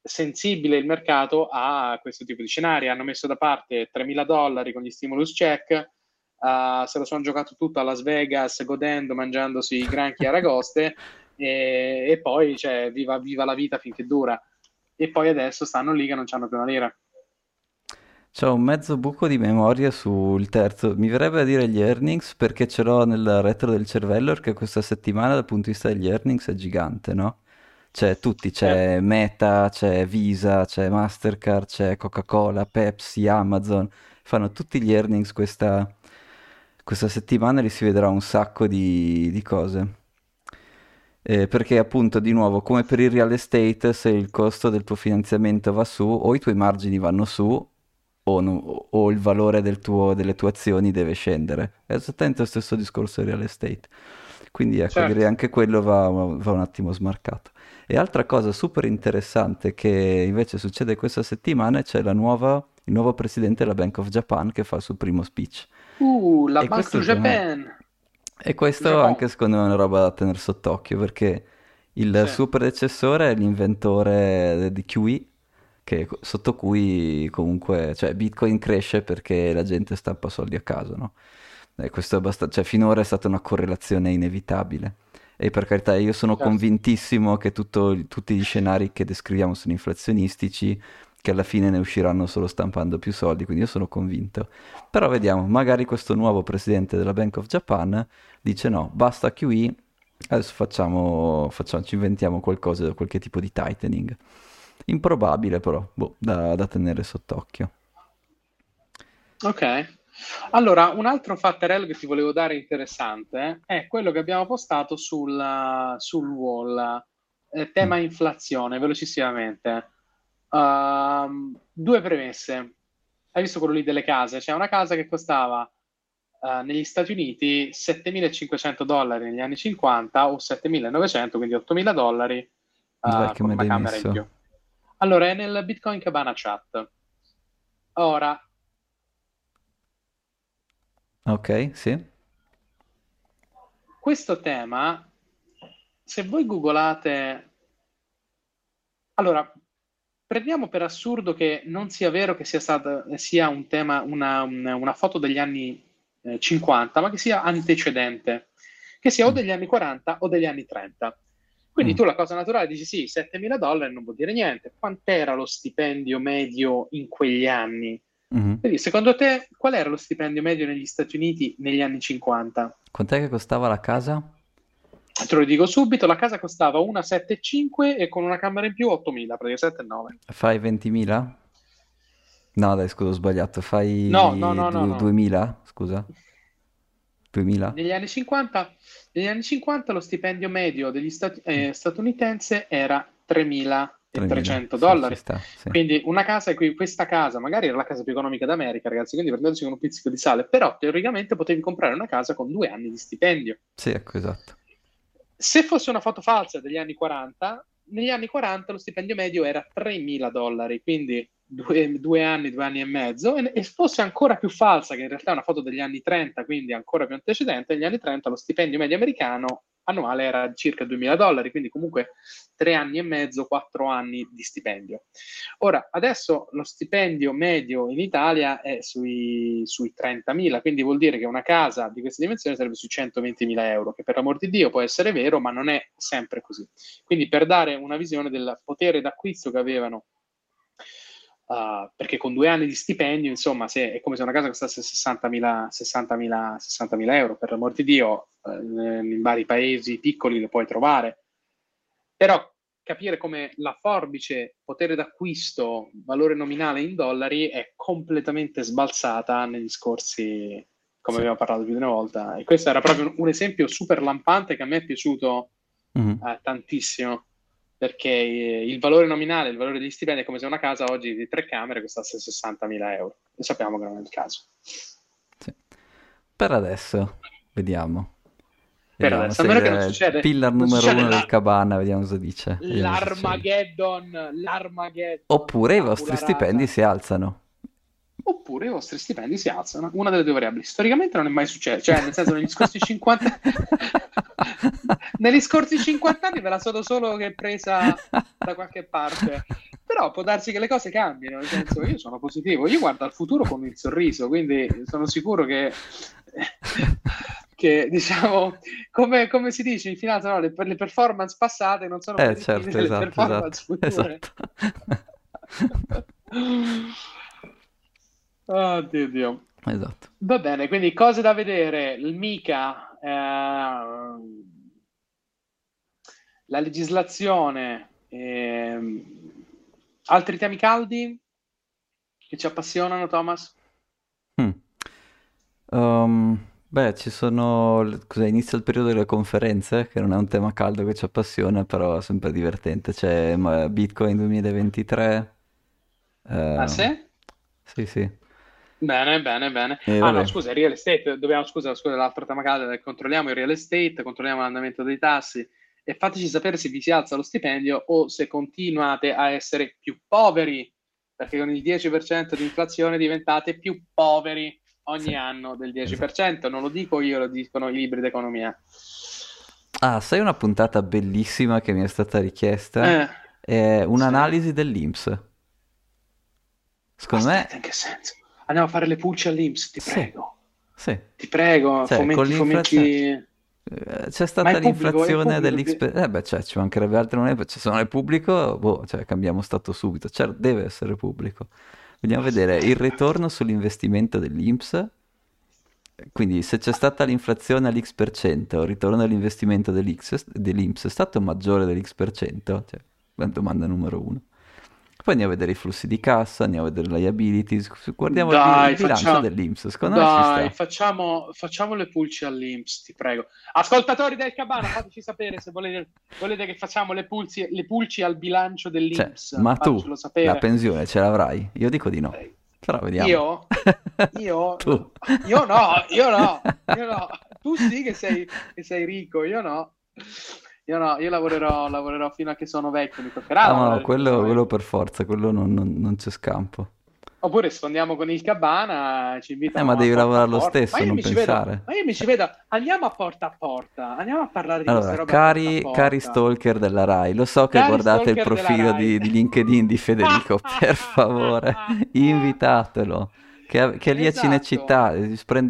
sensibile il mercato a questo tipo di scenari. Hanno messo da parte $3.000 con gli stimulus check, se lo sono giocato tutto a Las Vegas, godendo, mangiandosi i granchi e aragoste, e poi cioè, viva la vita finché dura. E poi adesso stanno lì che non c'hanno più una lira. C'ho un mezzo buco di memoria sul terzo. Mi verrebbe a dire gli earnings perché ce l'ho nel retro del cervello perché questa settimana dal punto di vista degli earnings è gigante, no? C'è tutti, Certo, c'è Meta, c'è Visa, c'è Mastercard, c'è Coca-Cola, Pepsi, Amazon. Fanno tutti gli earnings questa settimana e li si vedrà un sacco di cose. Perché appunto, di nuovo, come per il real estate, se il costo del tuo finanziamento va su, o i tuoi margini vanno su, o il valore delle tue azioni deve scendere. È esattamente lo stesso discorso del real estate. Quindi ecco, direi certo. anche quello va un attimo smarcato. E altra cosa super interessante che invece succede questa settimana c'è il nuovo presidente della Bank of Japan che fa il suo primo speech. La E Banque du questo secondo me Japan, e du questo Japon, anche secondo me è una roba da tenere sott'occhio perché il sì, suo predecessore è l'inventore di QE, sotto cui comunque, cioè Bitcoin cresce perché la gente stampa soldi a caso, no? E questo è cioè finora è stata una correlazione inevitabile. E per carità, io sono certo. convintissimo che tutti gli scenari che descriviamo sono inflazionistici, che alla fine ne usciranno solo stampando più soldi, quindi io sono convinto. Però vediamo, magari questo nuovo presidente della Bank of Japan dice no, basta QE, adesso ci inventiamo qualcosa, qualche tipo di tightening. Improbabile però, boh, da tenere sott'occhio. Ok. Allora, un altro fatterello che ti volevo dare interessante è quello che abbiamo postato sul wall, Mm. tema inflazione, velocissimamente. Due premesse. Hai visto quello lì delle case? C'è una casa che costava negli Stati Uniti $7.500 negli anni 50 o 7.900, quindi $8.000, Dov'è che con me una l'hai camera in messo? più. Allora, è nel Bitcoin Cabana Chat. Ora, Ok, sì. questo tema, se voi googolate... Allora, prendiamo per assurdo che non sia vero che sia un tema, una foto degli anni 50, ma che sia antecedente, che sia o Mm. degli anni 40 o degli anni 30. Quindi Mm. tu la cosa naturale dici sì, $7.000 non vuol dire niente. Quant'era lo stipendio medio in quegli anni? Mhm. Quindi, secondo te, qual era lo stipendio medio negli Stati Uniti negli anni 50? Quant'è che costava la casa? Te lo dico subito, la casa costava una 7,5 e con una camera in più 8.000, praticamente 7,9. Fai 20.000? No, dai, scusa, ho sbagliato. No, no, Fai no, no, no. 2.000? Scusa. 2000? Negli anni 50, negli anni 50 lo stipendio medio Mm. statunitense era 3.000? 3.300 Sì, ci dollari. sta, sì. Quindi una casa, questa casa magari era la casa più economica d'America, ragazzi, quindi prendendosi con un pizzico di sale, però teoricamente potevi comprare una casa con 2 anni di stipendio. Sì, ecco, esatto. Se fosse una foto falsa degli anni 40, negli anni 40 lo stipendio medio era $3.000, quindi 2 anni, 2 anni e mezzo, e fosse ancora più falsa, che in realtà è una foto degli anni 30, quindi ancora più antecedente, negli anni 30 lo stipendio medio americano annuale era circa $2.000, quindi comunque 3 anni e mezzo, 4 anni di stipendio. Ora, adesso lo stipendio medio in Italia è sui 30.000, quindi vuol dire che una casa di queste dimensioni sarebbe sui 120.000 euro, che per l'amor di Dio può essere vero, ma non è sempre così. Quindi per dare una visione del potere d'acquisto che avevano, perché con 2 anni di stipendio, insomma, se, è come se una casa costasse 60.000 euro, per l'amor di Dio, in vari paesi piccoli le puoi trovare, però capire come la forbice potere d'acquisto, valore nominale in dollari, è completamente sbalzata negli scorsi, come Sì. abbiamo parlato più di una volta. E questo era proprio un esempio super lampante che a me è piaciuto Mhm. tantissimo, perché il valore nominale, il valore degli stipendi è come se una casa oggi di 3 camere costasse 60.000 euro. E sappiamo che non è il caso. Sì. Per adesso, vediamo. Per Vediamo adesso, a se meno che non il succede, pillar non numero succede uno del Cabana, vediamo cosa dice. Vediamo cosa succede. l'Armageddon, Oppure i vostri tabula stipendi rasa. si alzano. oppure i vostri stipendi si alzano. Una delle due variabili. Storicamente non è mai successo, cioè nel senso negli scorsi 50 negli scorsi 50 anni me la sono solo che presa da qualche parte. Però può darsi che le cose cambino, nel senso io sono positivo, io guardo al futuro con il sorriso, quindi sono sicuro che diciamo, come si dice in finanza, no, le performance passate non sono predittive certo, delle esatto, performance future. esatto. Oh, Dio. Esatto. Va bene, quindi cose da vedere, il MiCA, la legislazione, altri temi caldi che ci appassionano, Thomas? Mm. Beh, ci sono, cos'è, inizia il periodo delle conferenze, che non è un tema caldo che ci appassiona, però è sempre divertente. C'è Bitcoin 2023. Ah, eh, sì? sì, sì. Bene, bene, bene. E Ah no, vabbè. scusa, il real estate, scusa, l'altro tema caldo, controlliamo il real estate, controlliamo l'andamento dei tassi e fateci sapere se vi si alza lo stipendio o se continuate a essere più poveri, perché con il 10% di inflazione diventate più poveri Sì, ogni anno del esatto. 10%. Non lo dico io, lo dicono i libri d'economia. Ah, sai una puntata bellissima che mi è stata richiesta? Eh, È sì? un'analisi dell'INPS. Secondo Aspetta, me, in che senso? Andiamo a fare le pulci all'INPS, ti sì, prego. sì. Ti prego, Cioè, con fomenti, l'inflazione... fomenti... C'è Ma stata è pubblico, è l'inflazione pubblico. dell'X... beh, cioè, ci mancherebbe altro, non è... Cioè, se non è pubblico, boh, cioè, cambiamo stato subito. Certo, deve essere pubblico. Vogliamo vedere il ritorno sull'investimento dell'INPS. Quindi, se c'è stata l'inflazione all'X%, il ritorno all'investimento dell'INPS è stato maggiore dell'X%? Cioè, la domanda numero uno. Poi andiamo a vedere i flussi di cassa, andiamo a vedere le liabilities, guardiamo il Dai, bilancio dell'INPS, secondo me ci dai, sta. facciamo le pulci all'INPS, ti prego. Ascoltatori del Cabana, fateci sapere se volete che facciamo le pulci al bilancio Cioè, dell'INPS. ma tu Fatecelo la sapere. pensione ce l'avrai? Io dico di no. Eh, Però vediamo. Io? Io? Tu. Io no, io no, io no. Tu sì che sei ricco, io no. Io no, io lavorerò fino a che sono vecchio, mi toccherà Ah, ma no, lavorare finché sono quello vecchio. per forza, quello non c'è scampo. Oppure sfondiamo con il Cabana, ci Ma invitano a devi porta a lavorare lo porta. stesso, non pensare. Ma io mi ci vedo, andiamo a porta, andiamo a parlare di queste Allora, robe a cari porta. stalker della Rai, lo so che Cari guardate il stalker della profilo Rai. di LinkedIn di Federico, per favore, invitatelo, che è lì a Esatto, Cinecittà,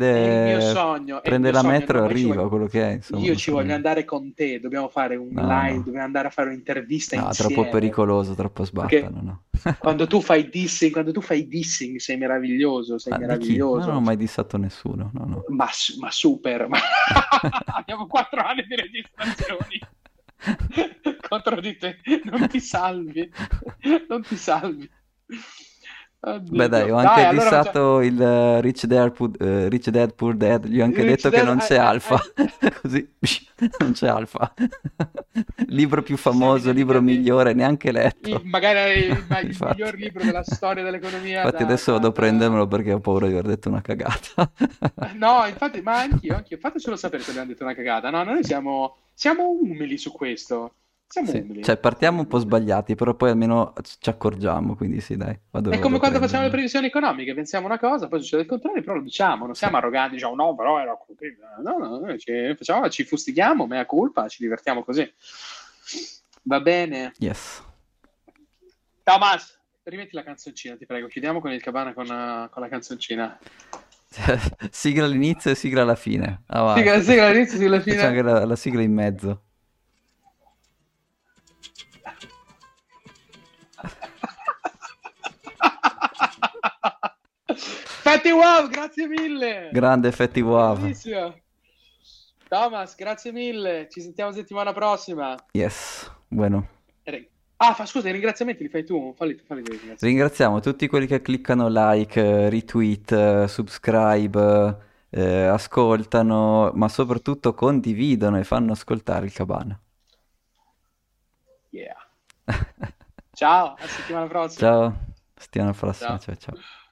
è il prende mio la sogno. metro No, e ma arriva, quello che è, insomma, io non ci so. voglio andare con te, dobbiamo fare un No, live, no, dobbiamo andare a fare un'intervista no, troppo insieme. pericoloso, troppo sbattano, Perché no. quando tu fai dissing sei meraviglioso, sei Ma di chi? Ma non ho meraviglioso. mai dissato nessuno, no, no. Ma super, abbiamo 4 anni di registrazioni contro di te, non ti salvi, non ti salvi. Beh Oddio dai, Dio. ho anche Dai, allora facciamo dissato il Rich Dad Poor Dad, gli ho anche Rich detto che Dad, non c'è alfa, così non c'è alfa. Libro più ci siamo famoso, libro dimenticati migliore, neanche letto. magari il Infatti, miglior libro della storia dell'economia infatti adesso vado a prendermelo perché ho paura di aver detto una cagata. No, infatti, ma anch'io, fatecelo sapere se abbiamo detto una cagata. No, noi siamo umili su questo. Siamo Sì, umili, cioè siamo partiamo un po' umili. sbagliati, però poi almeno ci accorgiamo, quindi sì, dai, È vado come a quando facciamo le prendermelo. previsioni economiche, pensiamo una cosa, poi succede il contrario, però lo diciamo, non Sì, siamo arroganti, diciamo no, però era così. No, no, noi ci fustichiamo, mea colpa, ci divertiamo così. Va bene. yes. Thomas, rimetti la canzoncina, ti prego. Chiudiamo con il Cabana con la canzoncina. Sigla all'inizio e sigla alla fine. Ah, vai. Sigla, sigla all'inizio, sigla alla Facciamo fine. anche la sigla in mezzo. Fatti wow, grazie mille. Grande effetti WAV. Bellissimo. Thomas, grazie mille. Ci sentiamo settimana prossima. Yes, bueno. Scusa, i ringraziamenti li fai tu? Falli tu i ringraziamenti. Ringraziamo tutti quelli che cliccano like, retweet, subscribe, ascoltano, ma soprattutto condividono e fanno ascoltare il Cabana. Yeah. Ciao, a settimana prossima. Ciao, settimana prossima, Ciao. ciao ciao.